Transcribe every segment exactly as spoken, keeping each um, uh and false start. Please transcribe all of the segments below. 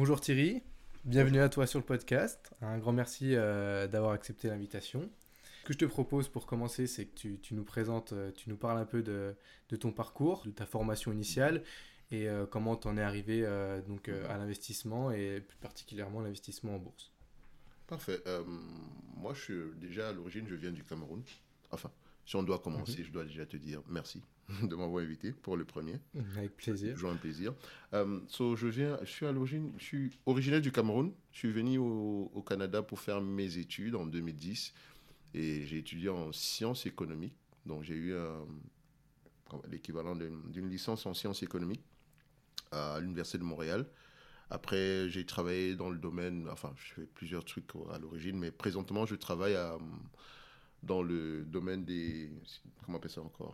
Bonjour Thierry, bienvenue à toi sur le podcast. Un grand merci euh, d'avoir accepté l'invitation. Ce que je te propose pour commencer, c'est que tu, tu nous présentes, euh, tu nous parles un peu de, de ton parcours, de ta formation initiale et euh, comment tu en es arrivé euh, donc, euh, à l'investissement et plus particulièrement l'investissement en bourse. Parfait. Euh, moi, je suis déjà à l'origine, je viens du Cameroun. Enfin, si on doit Mhm. commencer, je dois déjà te dire merci de m'avoir invité pour le premier. Avec C'est plaisir. toujours un plaisir. Euh, so, je viens, je suis à l'origine, je suis originaire du Cameroun. Je suis venu au, au Canada pour faire mes études en deux mille dix et j'ai étudié en sciences économiques. Donc, j'ai eu un- l'équivalent d'une d'une licence en sciences économiques à l'Université de Montréal. Après, j'ai travaillé dans le domaine, enfin, je fais plusieurs trucs à l'origine, mais présentement, je travaille à, dans le domaine des... Comment on appelle ça encore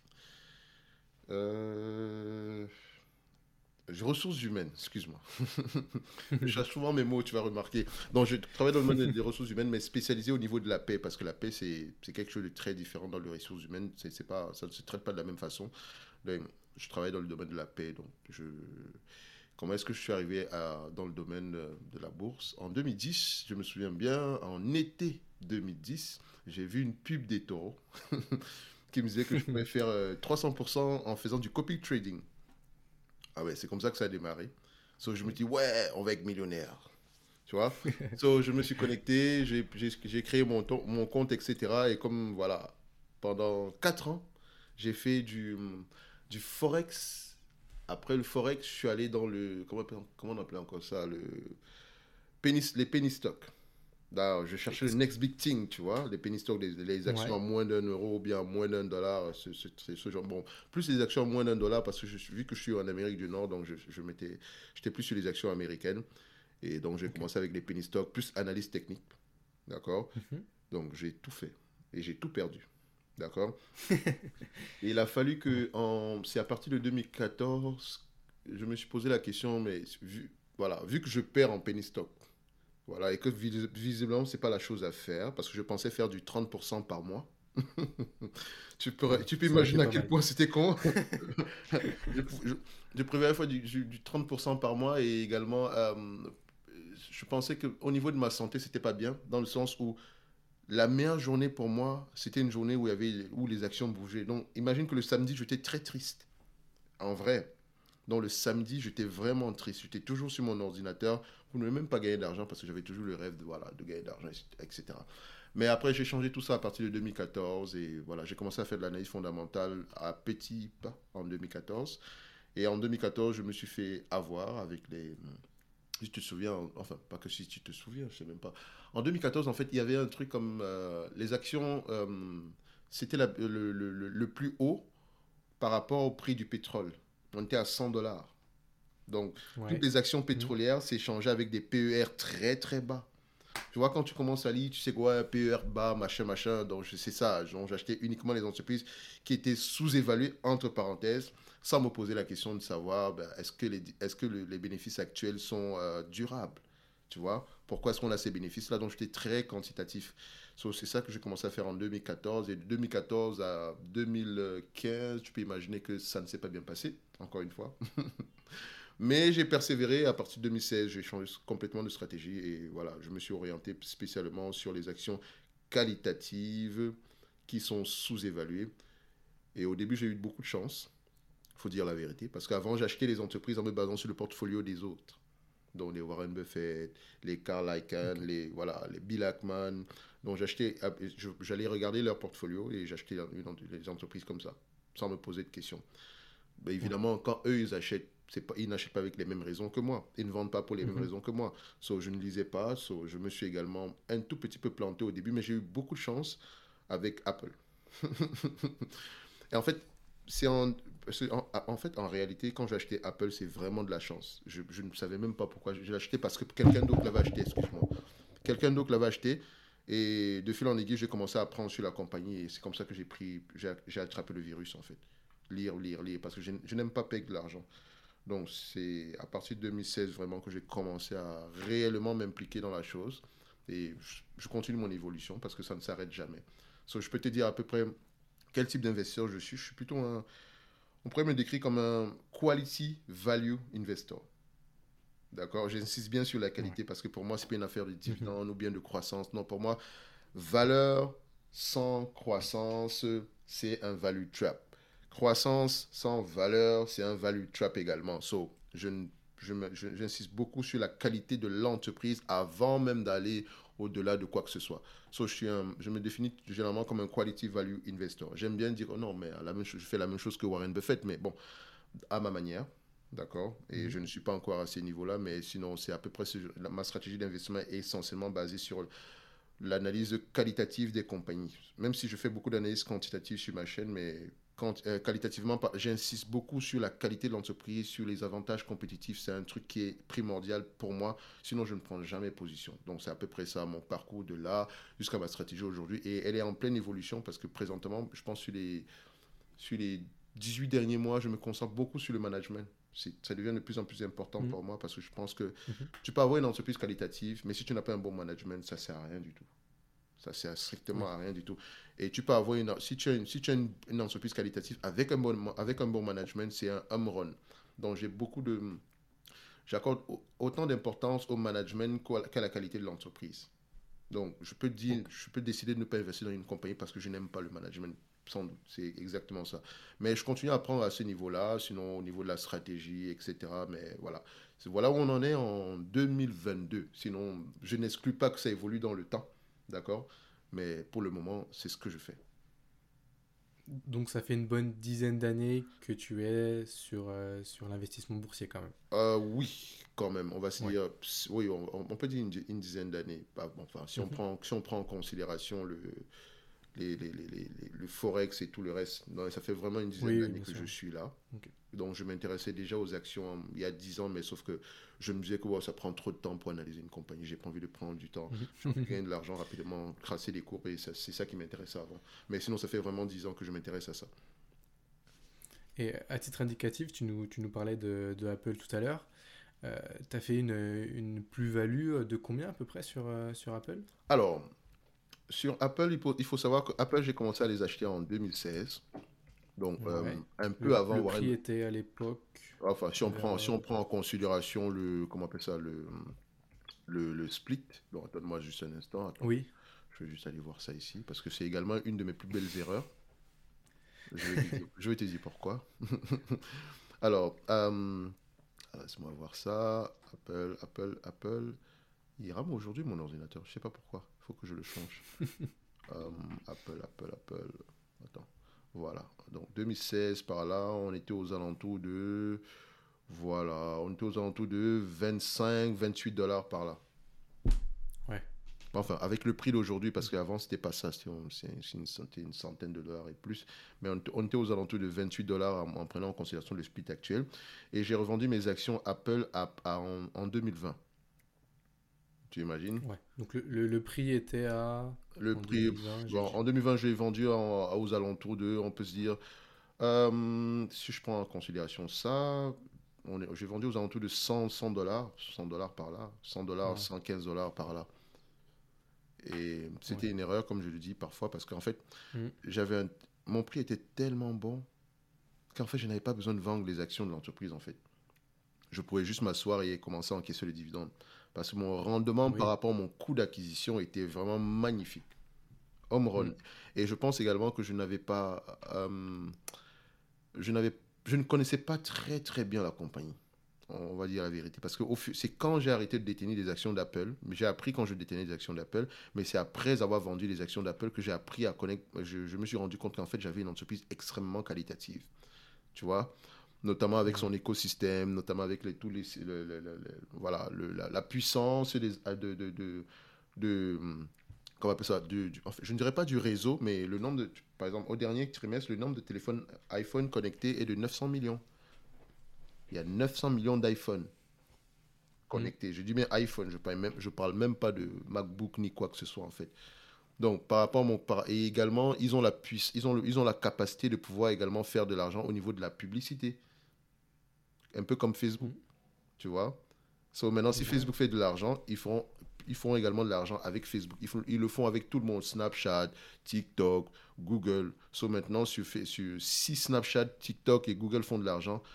euh, Ressources humaines, excuse-moi. Je cherche souvent mes mots, tu vas remarquer. Donc, je travaille dans le domaine des ressources humaines, mais spécialisé au niveau de la paix, parce que la paix, c'est c'est quelque chose de très différent dans les ressources humaines. C'est c'est pas, ça ne se traite pas de la même façon. Donc, je travaille dans le domaine de la paix, donc je... Comment est-ce que je suis arrivé à, dans le domaine de, de la bourse? En deux mille dix, je me souviens bien, en été deux mille dix, j'ai vu une pub des taureaux qui me disait que je pouvais faire euh, trois cents pour cent en faisant du copy trading. Ah ouais, c'est comme ça que ça a démarré. So, je me dis, ouais, on va être millionnaire. Tu vois? So, je me suis connecté, j'ai j'ai- j'ai créé mon, ton- mon compte, et cetera. Et comme, voilà, pendant quatre ans, j'ai fait du, du Forex. Après le Forex, je suis allé dans le... Comment, on appelle- comment on appelait encore ça? Le penny, les penny stocks. Là, je cherchais le Est-ce- next big thing, tu vois. Les penny stocks, les, les actions Ouais, à moins d'un euro ou bien à moins d'un dollar. C'est ce, ce- ce genre. Bon, plus les actions à moins d'un dollar parce que je, suis- vu que je suis en Amérique du Nord, donc je, je m'étais, j'étais plus sur les actions américaines. Et donc, j'ai ok. commencé avec les penny stocks, plus analyse technique. D'accord? Mhm. Donc, j'ai tout fait. Et j'ai tout perdu. D'accord? Et il a fallu Ouais. que, en, c'est à partir de deux mille quatorze, je me suis posé la question, mais vu, voilà, vu que je perds en penny stock, voilà, et que vis- visiblement, c'est pas la chose à faire, parce que je pensais faire du trente pour cent par mois. Tu peux, Ouais, tu peux ça aurait été imaginer à pas quel mal. point c'était con. je, je, je préférais faire du, du, du trente pour cent par mois et également, euh, je pensais qu'au niveau de ma santé, c'était pas bien, dans le sens où la meilleure journée pour moi, c'était une journée où, il y avait, où les actions bougeaient. Donc, imagine que le samedi, j'étais très triste. En vrai. Donc, le samedi, j'étais vraiment triste. J'étais toujours sur mon ordinateur pour ne même pas gagner d'argent parce que j'avais toujours le rêve de, voilà, de gagner d'argent, et cetera. Mais après, j'ai changé tout ça à partir de deux mille quatorze et voilà, j'ai commencé à faire de l'analyse fondamentale à petits pas en deux mille quatorze. Et en deux mille quatorze, je me suis fait avoir avec les... Si tu te souviens, enfin, pas que si tu te souviens, je sais même pas. En deux mille quatorze, en fait, il y avait un truc comme euh, les actions, euh, c'était la- le, le, le, le plus haut par rapport au prix du pétrole. On était à cent dollars. Donc, toutes Ouais. les actions Mhm. pétrolières s'échangeaient avec des P E R très très bas. Tu vois, quand tu commences à lire, tu sais quoi, P E R bas, machin, machin. Donc, c'est ça. Donc, j'achetais uniquement les entreprises qui étaient sous-évaluées, entre parenthèses, sans me poser la question de savoir ben, est-ce que, les, est-ce que le- les bénéfices actuels sont euh, durables. Tu vois, pourquoi est-ce qu'on a ces bénéfices-là? Donc, j'étais très quantitatif. So, c'est ça que j'ai commencé à faire en deux mille quatorze. Et de deux mille quatorze à deux mille quinze, tu peux imaginer que ça ne s'est pas bien passé, encore une fois. Mais j'ai persévéré. À partir de deux mille seize, j'ai changé complètement de stratégie et voilà, je me suis orienté spécialement sur les actions qualitatives qui sont sous-évaluées. Et au début, j'ai eu beaucoup de chance, il faut dire la vérité, parce qu'avant, j'achetais les entreprises en me basant sur le portfolio des autres. Donc les Warren Buffett, les Carl Icahn, Ok. les, voilà, les Bill Ackman. Donc j'achetais, j'allais regarder leur portfolio et j'achetais les entreprises comme ça, sans me poser de questions. Ben, Ok. évidemment, quand eux, ils achètent, c'est pas, ils n'achètent pas avec les mêmes raisons que moi. Ils ne vendent pas pour les mêmes Mhm. raisons que moi. So, je ne lisais pas. So, je me suis également un tout petit peu planté au début, mais j'ai eu beaucoup de chance avec Apple. Et en fait, c'est en, c'est en, en fait, en réalité, quand j'ai acheté Apple, c'est vraiment de la chance. Je, je ne savais même pas pourquoi j'ai acheté parce que quelqu'un d'autre l'avait acheté, excuse-moi. Quelqu'un d'autre l'avait acheté. Et de fil en aiguille, j'ai commencé à apprendre sur la compagnie. Et c'est comme ça que j'ai pris, j'ai, j'ai attrapé le virus, en fait. Lire, lire, lire. Parce que je, je n'aime pas payer de l'argent. Donc, c'est à partir de deux mille seize vraiment que j'ai commencé à réellement m'impliquer dans la chose. Et je, je continue mon évolution parce que ça ne s'arrête jamais. So, je peux te dire à peu près quel type d'investisseur je suis. Je suis plutôt un. On pourrait me décrire comme un quality value investor. D'accord? J'insiste bien sur la Ouais. qualité parce que pour moi, c'est pas une affaire de Mhm. dividende ou bien de croissance. Non, pour moi, valeur sans croissance, c'est un value trap. Croissance sans valeur, c'est un value trap également. So, je, n- je me- je- j'insiste beaucoup sur la qualité de l'entreprise avant même d'aller au-delà de quoi que ce soit. So, je suis un- je me définis généralement comme un quality value investor. J'aime bien dire, oh non, mais la même chose- je fais la même chose que Warren Buffett, mais bon, à ma manière. D'accord? Et Mhm. je ne suis pas encore à ces niveaux-là, mais sinon, c'est à peu près ce- la- ma stratégie d'investissement est essentiellement basée sur l'analyse qualitative des compagnies. Même si je fais beaucoup d'analyses quantitatives sur ma chaîne, mais quand, euh, qualitativement, par- j'insiste beaucoup sur la qualité de l'entreprise, sur les avantages compétitifs. C'est un truc qui est primordial pour moi. Sinon, je ne prends jamais position. Donc, c'est à peu près ça, mon parcours de là jusqu'à ma stratégie aujourd'hui. Et elle est en pleine évolution parce que présentement, je pense sur les, sur les dix-huit derniers mois, je me concentre beaucoup sur le management. C'est- Ça devient de plus en plus important Mhm. pour moi parce que je pense que Mhm. tu peux avoir une entreprise qualitative, mais si tu n'as pas un bon management, ça ne sert à rien du tout. Ça ne sert strictement Oui. à rien du tout. Et tu peux avoir une, si tu as une, si tu as une, une entreprise qualitative avec un bon, avec un bon management, c'est un home run. Donc j'ai beaucoup de, j'accorde autant d'importance au management qu'à la qualité de l'entreprise. Donc je peux dire, Ok. je peux décider de ne pas investir dans une compagnie parce que je n'aime pas le management. Sans doute, c'est exactement ça. Mais je continue à apprendre à ce niveau-là, sinon au niveau de la stratégie, et cetera. Mais voilà, c'est voilà où on en est en deux mille vingt-deux. Sinon, je n'exclus pas que ça évolue dans le temps, d'accord? Mais pour le moment, c'est ce que je fais. Donc ça fait une bonne dizaine d'années que tu es sur, euh, sur l'investissement boursier quand même. Euh, oui, quand même, on va se Ouais. dire, ps- oui, on, on peut dire une, di- une dizaine d'années. Bah, bon, enfin, si on Mhm. prend, si on prend en considération le, les, les, les, les- les- le forex et tout le reste, non, ça fait vraiment une dizaine Oui, oui, d'années bien que sûr. je suis là. Ok. Donc, je m'intéressais déjà aux actions hein, il y a dix ans, mais sauf que je me disais que wow, ça prend trop de temps pour analyser une compagnie. J'ai pas envie de prendre du temps. J'ai envie de Mhm. gagner de l'argent rapidement, tracer des courbes, et ça- c'est ça qui m'intéressait avant. Mais sinon, ça fait vraiment dix ans que je m'intéresse à ça. Et à titre indicatif, tu nous, tu nous parlais de, de Apple tout à l'heure. Euh, tu as fait une, une plus-value de combien à peu près sur, euh, sur Apple? Alors, sur Apple, il faut, il faut savoir que Apple, j'ai commencé à les acheter en deux mille seize. Donc, euh, Ouais. un peu Le, avant le Warren. prix était à l'époque Enfin, si on vers... prend, si euh, on prend en considération le, comment on appelle ça, le, le, le split. Donc, donne-moi juste un instant. Attends. Oui. Je vais juste aller voir ça ici parce que c'est également une de mes plus belles erreurs. Je vais te dire, je vais te dire pourquoi. Alors, euh, laisse-moi voir ça. Apple, Apple, Apple. Il rame aujourd'hui mon ordinateur. Je sais pas pourquoi. Il faut que je le change. Euh, Apple, Apple, Apple. Attends. Voilà. Donc deux mille seize par là, on était aux alentours de. Voilà. On était aux alentours de vingt-cinq, vingt-huit dollars par là. Ouais. Enfin, avec le prix d'aujourd'hui, parce qu'avant, c'était pas ça, c'était c'est une, centaine, une centaine de dollars et plus. Mais on, on était aux alentours de vingt-huit dollars en, en prenant en considération le split actuel. Et j'ai revendu mes actions Apple à, à- en, en deux mille vingt. Tu imagines? Ouais. Donc le, le, le prix était à... Le En prix, deux mille vingt, pff, j'ai... bon, j'ai- en deux mille vingt, je l'ai vendu en- aux alentours de, on peut se dire, euh, si je prends en considération ça, on est, j'ai vendu aux alentours de cent, cent dollars, cent dollars par là, cent dollars, Ouais. cent quinze dollars par là. Et Ouais. c'était une erreur, comme je le dis parfois, parce qu'en fait, Mhm. j'avais un- mon prix était tellement bon qu'en fait, je n'avais pas besoin de vendre les actions de l'entreprise, en fait. Je pouvais juste m'asseoir et commencer à encaisser le dividende. Parce que mon rendement par Oui. rapport à mon coût d'acquisition était vraiment magnifique. Home run. Mhm. Et je pense également que je n'avais pas... euh, je n'avais, je ne connaissais pas très très bien la compagnie. On va dire la vérité. Parce que au fu- c'est quand j'ai arrêté de détenir des actions d'Apple, mais j'ai appris quand je détenais des actions d'Apple, mais c'est après avoir vendu les actions d'Apple que j'ai appris à connaître, je, je me suis rendu compte qu'en fait j'avais une entreprise extrêmement qualitative. Tu vois, notamment avec son Ouais. écosystème, notamment avec les, tous les, le- le- le- le- voilà, le- la, la puissance des- de, de, de, de, hum, comment on appelle ça, du- du- en fait, je ne dirais pas du réseau, mais le nombre de, par exemple, au dernier trimestre, le nombre de téléphones iPhone connectés est de neuf cents millions. Il y a neuf cents millions d'iPhone Mhm. connectés. Je dis bien iPhone, je parle même, je parle même pas de MacBook ni quoi que ce soit en fait. Donc par rapport à mon par- et également ils ont la puce, ils ont le- ils ont la capacité de pouvoir également faire de l'argent au niveau de la publicité, un peu comme Facebook, Mhm. tu vois. So, maintenant si Ouais. Facebook fait de l'argent, ils font ils font également de l'argent avec Facebook. Ils, font- ils le font avec tout le monde, Snapchat, TikTok, Google. So maintenant sur, Fa- sur si Snapchat, TikTok et Google font de l'argent,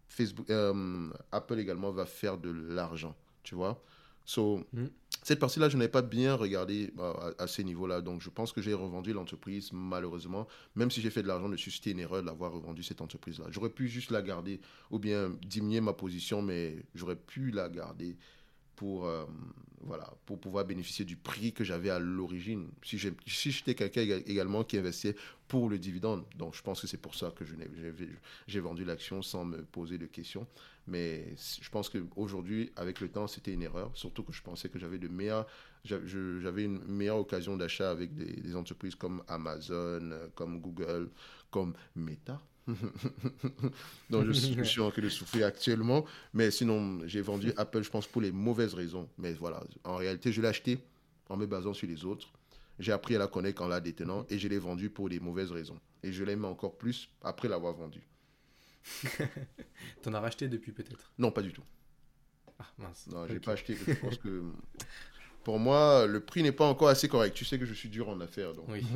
Facebook, euh, Apple également va faire de l'argent, tu vois. So, Mm. cette partie-là, je n'avais pas bien regardé euh, à, à ces niveaux-là. Donc, je pense que j'ai revendu l'entreprise, malheureusement. Même si j'ai fait de l'argent dessus, c'était une erreur d'avoir revendu cette entreprise-là. J'aurais pu juste la garder ou bien diminuer ma position, mais j'aurais pu la garder pour, euh, voilà, pour pouvoir bénéficier du prix que j'avais à l'origine. Si, j'ai, si j'étais quelqu'un également qui investissait pour le dividende, donc je pense que c'est pour ça que je n'ai, j'ai, j'ai vendu l'action sans me poser de questions. Mais je pense qu'aujourd'hui, avec le temps, c'était une erreur. Surtout que je pensais que j'avais de meilleures, j'avais une meilleure occasion d'achat avec des, des entreprises comme Amazon, comme Google, comme Meta. Donc je, je suis en train de souffrir actuellement. Mais sinon, j'ai vendu Apple, je pense, pour les mauvaises raisons. Mais voilà, en réalité, je l'ai acheté en me basant sur les autres. J'ai appris à la connaître en la détenant et je l'ai vendu pour les mauvaises raisons. Et je l'aime encore plus après l'avoir vendu. T'en as racheté depuis peut-être? Non, pas du tout. Ah mince. Non, Ok. j'ai pas acheté. Je pense que pour moi, le prix n'est pas encore assez correct. Tu sais que je suis dur en affaires, donc. Oui.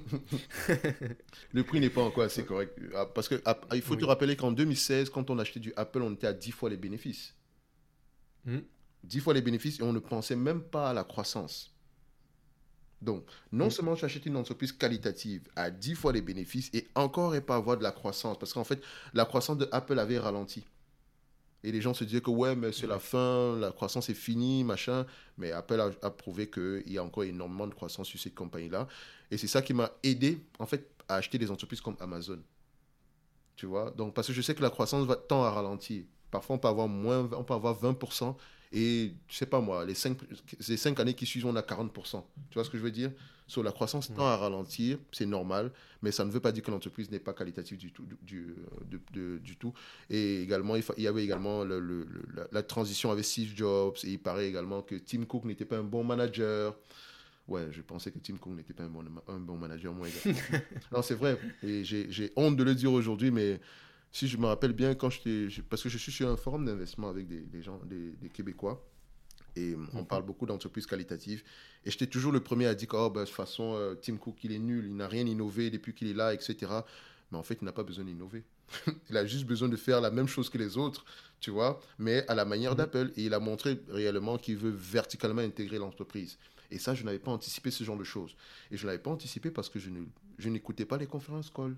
Le prix n'est pas encore assez correct. Ah, parce que ah, il faut te Oui. rappeler qu'en deux mille seize, quand on achetait du Apple, on était à dix fois les bénéfices. Mm. dix fois les bénéfices et on ne pensait même pas à la croissance. Donc, non Mm. seulement tu achètes une entreprise qualitative à dix fois les bénéfices et encore et pas avoir de la croissance. Parce qu'en fait, la croissance de Apple avait ralenti. Et les gens se disaient que ouais, mais c'est Ouais. la fin, la croissance est finie, machin. Mais Apple a, a prouvé qu'il y a encore énormément de croissance sur cette compagnie-là. Et c'est ça qui m'a aidé, en fait, à acheter des entreprises comme Amazon. Tu vois? Donc, parce que je sais que la croissance va tend à ralentir. Parfois, on peut avoir moins, on peut avoir vingt pour cent et, je sais pas moi, les cinq, les cinq années qui suivent, on a quarante pour cent. Tu vois ce que je veux dire? So, la croissance tend Ouais. à ralentir, c'est normal, mais ça ne veut pas dire que l'entreprise n'est pas qualitative du tout. Du, du, de- du tout. Et également, il, fa- il y avait également le- le- le- la, la transition avec Steve Jobs, et il paraît également que Tim Cook n'était pas un bon manager. Ouais, je pensais que Tim Cook n'était pas un bon, un bon manager, moi également. Non, c'est vrai, et j'ai j'ai honte de le dire aujourd'hui, mais si je me rappelle bien, quand j'étais, je- parce que je suis sur un forum d'investissement avec des, des gens, des, des Québécois, et on Mhm. parle beaucoup d'entreprises qualitatives. Et j'étais toujours le premier à dire que oh, ben, de toute façon, euh, Tim Cook, il est nul, il n'a rien innové depuis qu'il est là, et cetera. Mais en fait, il n'a pas besoin d'innover. Il a juste besoin de faire la même chose que les autres, tu vois, mais à la manière Mhm. d'Apple. Et il a montré réellement qu'il veut verticalement intégrer l'entreprise. Et ça, je n'avais pas anticipé ce genre de choses. Et je ne l'avais pas anticipé parce que je, ne, je n'écoutais pas les conférences call.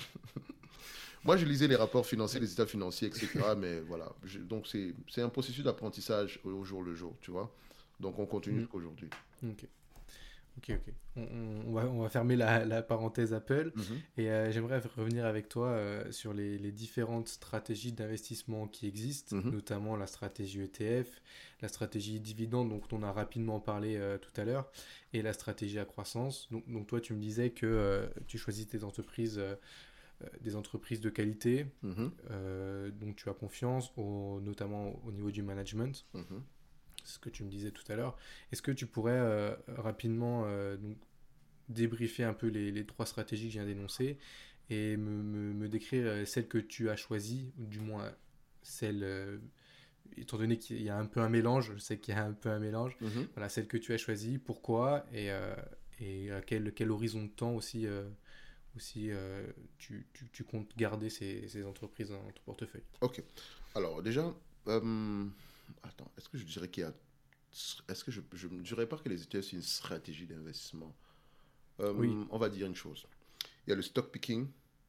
Moi, je lisais les rapports financiers, Ouais. les états financiers, et cetera. Mais voilà, je- donc c'est c'est un processus d'apprentissage au jour le jour, tu vois. Donc on continue Mm. jusqu'à aujourd'hui. Ok. Ok, ok. On, on- on va, on va fermer la, la parenthèse Apple Mhm, et euh, j'aimerais revenir avec toi euh, sur les, les différentes stratégies d'investissement qui existent, mhm, notamment la stratégie E T F, la stratégie dividende dont on a rapidement parlé euh, tout à l'heure, et la stratégie à croissance. Donc, donc toi, tu me disais que euh, tu choisis tes entreprises, euh, euh, des entreprises de qualité, mhm, euh, donc tu as confiance, au- notamment au niveau du management. mhm. C'est ce que tu me disais tout à l'heure. Est-ce que tu pourrais euh, rapidement euh, donc, débriefer un peu les, les trois stratégies que je viens d'énoncer et me, me- me décrire euh, celle que tu as choisie, ou du moins celle, euh, étant donné qu'il y a un peu un mélange, je sais qu'il y a un peu un mélange, Mhm. voilà, celle que tu as choisie, pourquoi et, euh, et à quel, quel horizon de temps aussi, euh, aussi euh, tu, tu- tu comptes garder ces, ces entreprises dans ton portefeuille. Ok. Alors déjà, euh, attends, est-ce que je dirais qu'il y a... Est-ce que je, je ne dirais pas que les E T F, c'est une stratégie d'investissement? Oui. Euh, on va dire une chose. Il y a le stock picking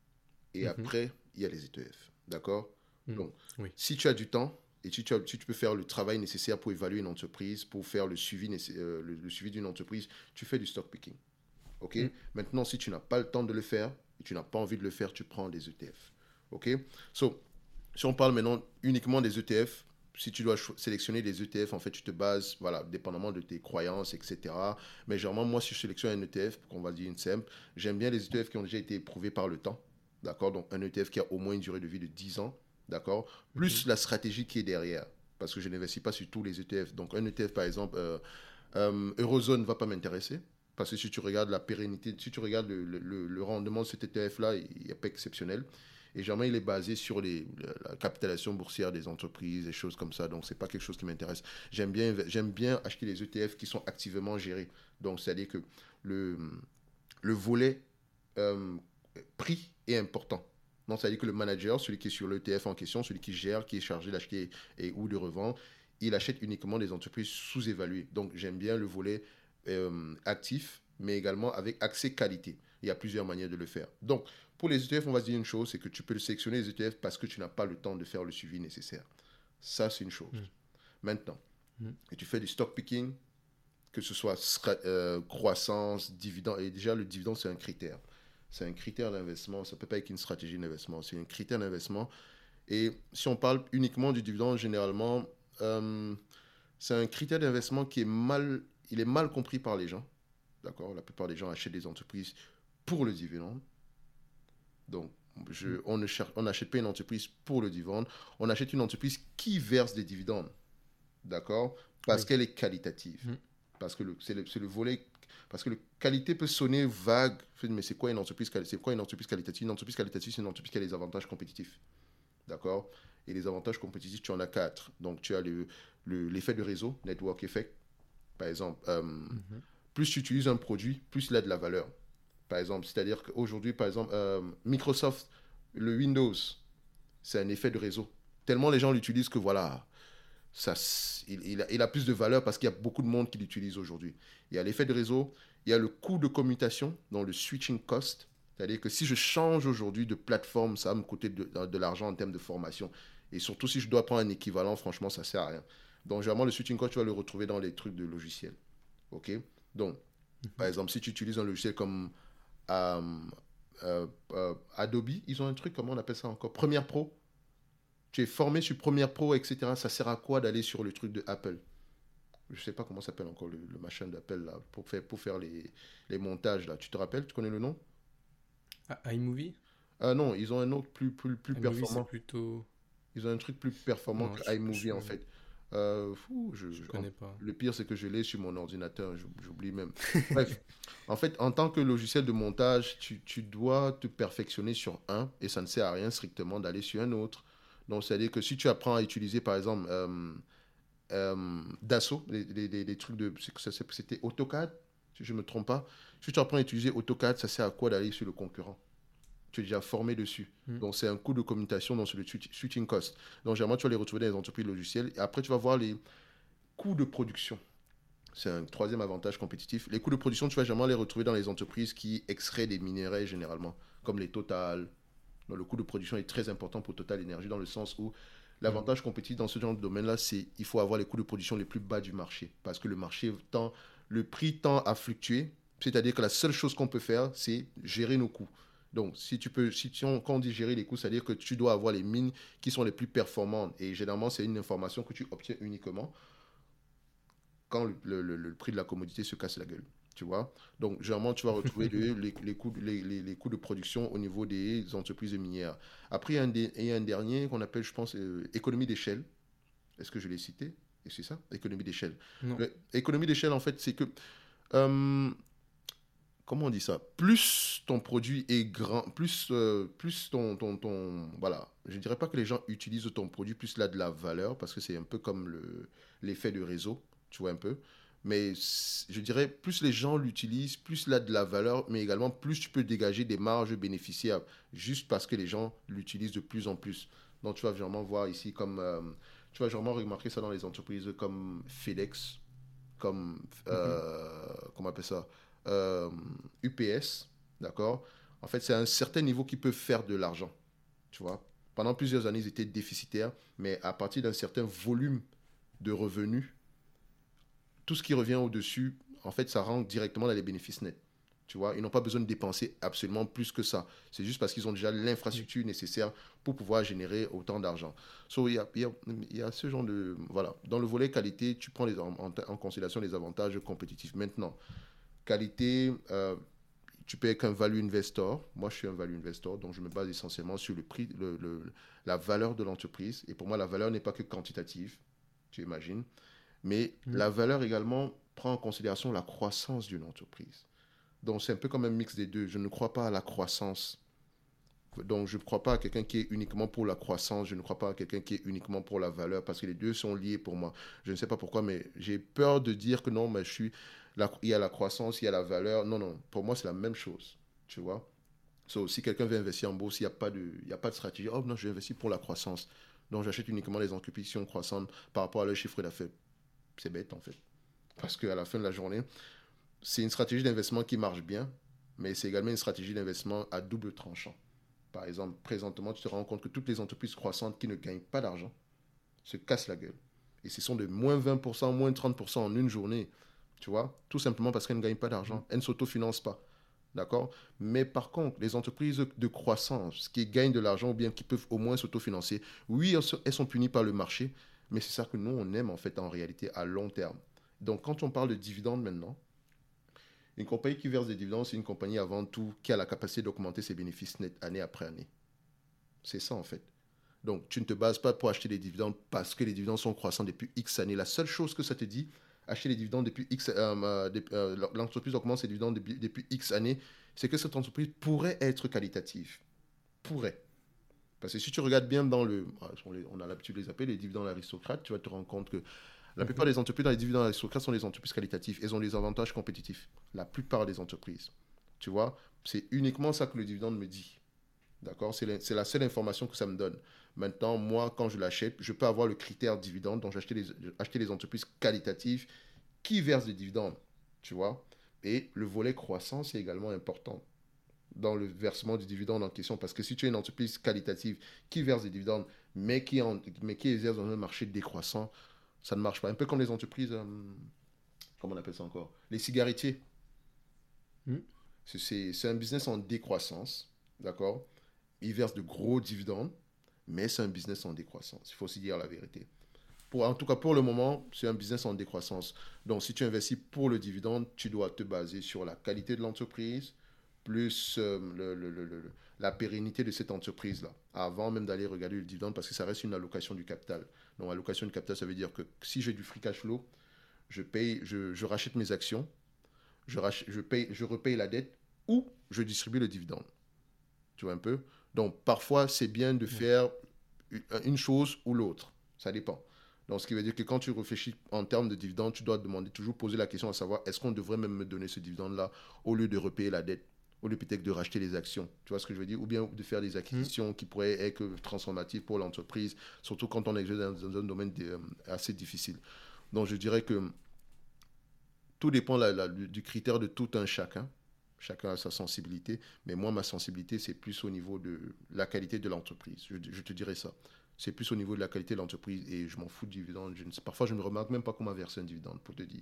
et Mhm. après, il y a les E T F. D'accord? Mhm. Donc, Oui. si tu as du temps et si tu, as- si tu peux faire le travail nécessaire pour évaluer une entreprise, pour faire le suivi, nécess- euh, le, le suivi d'une entreprise, tu fais du stock picking. OK? Mhm. Maintenant, si tu n'as pas le temps de le faire et tu n'as pas envie de le faire, tu prends des E T F. OK? So, si on parle maintenant uniquement des E T F, si tu dois cho- sélectionner des E T F, en fait, tu te bases, voilà, dépendamment de tes croyances, et cetera. Mais généralement, moi, si je sélectionne un E T F, on va dire une simple, j'aime bien les E T F qui ont déjà été éprouvés par le temps. D'accord? Donc, un E T F qui a au moins une durée de vie de dix ans. D'accord? Mhm. Plus la stratégie qui est derrière. Parce que je n'investis pas sur tous les E T F. Donc, un E T F, par exemple, euh, euh, Eurozone ne va pas m'intéresser. Parce que si tu regardes la pérennité, si tu regardes le, le- le rendement de cet E T F-là, il n'est pas exceptionnel. Et généralement, il est basé sur les, la capitalisation boursière des entreprises, des choses comme ça. Donc, ce n'est pas quelque chose qui m'intéresse. J'aime bien, j'aime bien acheter les E T F qui sont activement gérés. Donc, c'est-à-dire que le, le volet euh, prix est important. Donc, ça veut dire que le manager, celui qui est sur l'E T F en question, celui qui gère, qui est chargé d'acheter et ou de revendre, il achète uniquement des entreprises sous-évaluées. Donc, j'aime bien le volet euh, actif, mais également avec accès qualité. Il y a plusieurs manières de le faire. Donc, pour les E T F, on va se dire une chose, c'est que tu peux sélectionner les E T F parce que tu n'as pas le temps de faire le suivi nécessaire. Ça, c'est une chose. Mm. Maintenant, Mm. et tu fais du stock picking, que ce soit euh, croissance, dividende, et déjà le dividende, c'est un critère. C'est un critère d'investissement, ça ne peut pas être une stratégie d'investissement, c'est un critère d'investissement. Et si on parle uniquement du dividende, généralement, euh, c'est un critère d'investissement qui est mal, il est mal compris par les gens. D'accord? La plupart des gens achètent des entreprises pour le dividende. Donc, je, on ne cherche, on n'achète pas une entreprise pour le dividende, on achète une entreprise qui verse des dividendes. D'accord? Parce oui. qu'elle est qualitative. Mmh. Parce que le, c'est, le, c'est le volet. Parce que la qualité peut sonner vague. Mais c'est quoi une entreprise, c'est quoi une entreprise qualitative? Une entreprise qualitative, c'est une entreprise qui a des avantages compétitifs. D'accord? Et les avantages compétitifs, tu en as quatre. Donc, tu as le, le, l'effet de réseau, network effect. Par exemple, euh, mmh. plus tu utilises un produit, plus il a de la valeur. Par exemple, c'est-à-dire qu'aujourd'hui, par exemple, euh, Microsoft, le Windows, c'est un effet de réseau. Tellement les gens l'utilisent que voilà, ça, il, il, a, il a plus de valeur parce qu'il y a beaucoup de monde qui l'utilise aujourd'hui. Il y a l'effet de réseau, il y a le coût de commutation, donc le switching cost. C'est-à-dire que si je change aujourd'hui de plateforme, ça va me coûter de, de, de l'argent en termes de formation. Et surtout, si je dois prendre un équivalent, franchement, ça ne sert à rien. Donc, généralement, le switching cost, tu vas le retrouver dans les trucs de logiciels. OK? Donc, mm-hmm. par exemple, si tu utilises un logiciel comme euh, euh, euh, Adobe, ils ont un truc, comment on appelle ça encore? Premiere Pro. Tu es formé sur Premiere Pro, et cetera. Ça sert à quoi d'aller sur le truc de Apple? Je ne sais pas comment s'appelle encore le, le machin d'Apple là, pour faire, pour faire les, les montages. Là. Tu te rappelles? Tu connais le nom? Ah, iMovie? Ah non, ils ont un autre plus, plus, plus iMovie, performant. C'est plutôt... Ils ont un truc plus performant non, que je, iMovie je, en fait. Euh, fou, je ne connais pas. Le pire, c'est que je l'ai sur mon ordinateur, j'oublie même. Bref, en fait, en tant que logiciel de montage, tu, tu dois te perfectionner sur un et ça ne sert à rien strictement d'aller sur un autre. Donc, c'est-à-dire que si tu apprends à utiliser, par exemple, euh, euh, Dassault, les, les, les, les trucs de... C'était AutoCAD, si je ne me trompe pas. Si tu apprends à utiliser AutoCAD, ça sert à quoi d'aller sur le concurrent? Tu es déjà formé dessus. Mm. Donc, c'est un coût de commutation, donc c'est le switching cost. Donc, généralement, tu vas les retrouver dans les entreprises logicielles. Et après, tu vas voir les coûts de production. C'est un troisième avantage compétitif. Les coûts de production, tu vas généralement les retrouver dans les entreprises qui extraient des minerais, généralement, comme les Total. Donc, le coût de production est très important pour Total Énergie, dans le sens où l'avantage compétitif dans ce genre de domaine-là, c'est qu'il faut avoir les coûts de production les plus bas du marché. Parce que le marché tend, le prix tend à fluctuer. C'est-à-dire que la seule chose qu'on peut faire, c'est gérer nos coûts. Donc, si tu peux, si tu, quand on dit gérer les coûts, c'est-à-dire que tu dois avoir les mines qui sont les plus performantes. Et généralement, c'est une information que tu obtiens uniquement quand le, le, le, le prix de la commodité se casse la gueule. Tu vois? Donc, généralement, tu vas retrouver les, les, les, coûts, les, les, les coûts de production au niveau des entreprises minières. Après, il y a un, des, il y a un dernier qu'on appelle, je pense, euh, économie d'échelle. Est-ce que je l'ai cité? Et c'est ça? Économie d'échelle. Économie d'échelle, en fait, c'est que... Euh, comment on dit ça? Plus ton produit est grand, plus, euh, plus ton, ton, ton... Voilà. Je ne dirais pas que les gens utilisent ton produit, plus là de la valeur, parce que c'est un peu comme le, l'effet de réseau, tu vois un peu. Mais je dirais, plus les gens l'utilisent, plus là de la valeur, mais également plus tu peux dégager des marges bénéficiaires, juste parce que les gens l'utilisent de plus en plus. Donc tu vas vraiment voir ici comme... Euh, tu vas vraiment remarquer ça dans les entreprises comme FedEx, comme... Euh, mm-hmm. Comment on appelle ça? Euh, U P S, d'accord? En fait, c'est à un certain niveau qu'ils peuvent faire de l'argent, tu vois. Pendant plusieurs années, ils étaient déficitaires, mais à partir d'un certain volume de revenus, tout ce qui revient au-dessus, en fait, ça rentre directement dans les bénéfices nets, tu vois. Ils n'ont pas besoin de dépenser absolument plus que ça. C'est juste parce qu'ils ont déjà l'infrastructure nécessaire pour pouvoir générer autant d'argent. So, il y a, y a, y a ce genre de... Voilà. Dans le volet qualité, tu prends les, en, en, en considération les avantages compétitifs. Maintenant, qualité, euh, tu peux être un value investor. Moi, je suis un value investor, donc je me base essentiellement sur le prix, le, le, la valeur de l'entreprise. Et pour moi, la valeur n'est pas que quantitative, tu imagines. Mais mmh. la valeur également prend en considération la croissance d'une entreprise. Donc, c'est un peu comme un mix des deux. Je ne crois pas à la croissance. Donc, je ne crois pas à quelqu'un qui est uniquement pour la croissance. Je ne crois pas à quelqu'un qui est uniquement pour la valeur, parce que les deux sont liés pour moi. Je ne sais pas pourquoi, mais j'ai peur de dire que non, mais je suis... La, il y a la croissance, il y a la valeur. Non, non, pour moi, c'est la même chose, tu vois. So, si quelqu'un veut investir en bourse, il n'y a pas de, il y a pas de stratégie. Oh non, je vais investir pour la croissance. Donc, j'achète uniquement les entreprises qui sont croissantes par rapport à leur chiffre d'affaires. C'est bête, en fait. Parce qu'à la fin de la journée, c'est une stratégie d'investissement qui marche bien, mais c'est également une stratégie d'investissement à double tranchant. Par exemple, présentement, tu te rends compte que toutes les entreprises croissantes qui ne gagnent pas d'argent se cassent la gueule. Et ce sont de moins vingt pour cent, moins trente pour cent en une journée. Tu vois, tout simplement parce qu'elles ne gagnent pas d'argent. Elles ne s'autofinancent pas. D'accord? Mais par contre, les entreprises de croissance qui gagnent de l'argent ou bien qui peuvent au moins s'autofinancer, oui, elles sont punies par le marché, mais c'est ça que nous, on aime en fait en réalité à long terme. Donc, quand on parle de dividendes maintenant, une compagnie qui verse des dividendes, c'est une compagnie avant tout qui a la capacité d'augmenter ses bénéfices nets année après année. C'est ça en fait. Donc, tu ne te bases pas pour acheter des dividendes parce que les dividendes sont croissants depuis X années. La seule chose que ça te dit, acheter les dividendes depuis X, euh, euh, l'entreprise augmente ses dividendes depuis, depuis X années, c'est que cette entreprise pourrait être qualitative. Pourrait. Parce que si tu regardes bien dans le... On a l'habitude de les appeler les dividendes aristocrates, tu vas te rendre compte que la plupart des entreprises dans les dividendes aristocrates sont des entreprises qualitatives. Elles ont des avantages compétitifs. La plupart des entreprises. Tu vois, c'est uniquement ça que le dividende me dit. D'accord? C'est la, c'est la seule information que ça me donne. Maintenant, moi, quand je l'achète, je peux avoir le critère dividende, donc j'achète les, acheter les entreprises qualitatives qui versent des dividendes, tu vois. Et le volet croissance est également important dans le versement du dividende en question, parce que si tu es une entreprise qualitative qui verse des dividendes, mais qui, en, mais qui exerce dans un marché décroissant, ça ne marche pas. Un peu comme les entreprises, euh, comment on appelle ça encore? Les cigarettiers. Mm. C'est, c'est un business en décroissance, d'accord? Ils versent de gros dividendes, mais c'est un business en décroissance. Il faut aussi dire la vérité. Pour, en tout cas, pour le moment, c'est un business en décroissance. Donc, si tu investis pour le dividende, tu dois te baser sur la qualité de l'entreprise, plus euh, le, le, le, le, la pérennité de cette entreprise-là, avant même d'aller regarder le dividende, parce que ça reste une allocation du capital. Donc, allocation du capital, ça veut dire que si j'ai du free cash flow, je, paye, je, je rachète mes actions, je, rach, je, paye, je repaye la dette, ou je distribue le dividende. Tu vois un peu? Donc, parfois, c'est bien de faire une chose ou l'autre. Ça dépend. Donc, ce qui veut dire que quand tu réfléchis en termes de dividendes, tu dois demander, toujours poser la question à savoir, est-ce qu'on devrait même me donner ce dividende-là au lieu de repayer la dette, au lieu peut-être de racheter les actions? Tu vois ce que je veux dire? Ou bien de faire des acquisitions mmh. qui pourraient être transformatives pour l'entreprise, surtout quand on est dans, dans un domaine de, euh, assez difficile. Donc, je dirais que tout dépend la, la, du critère de tout un chacun. Chacun a sa sensibilité, mais moi, ma sensibilité, c'est plus au niveau de la qualité de l'entreprise. Je, je te dirais ça. C'est plus au niveau de la qualité de l'entreprise et je m'en fous du dividende. Je ne sais, parfois, je ne remarque même pas comment verser un dividende, pour te dire.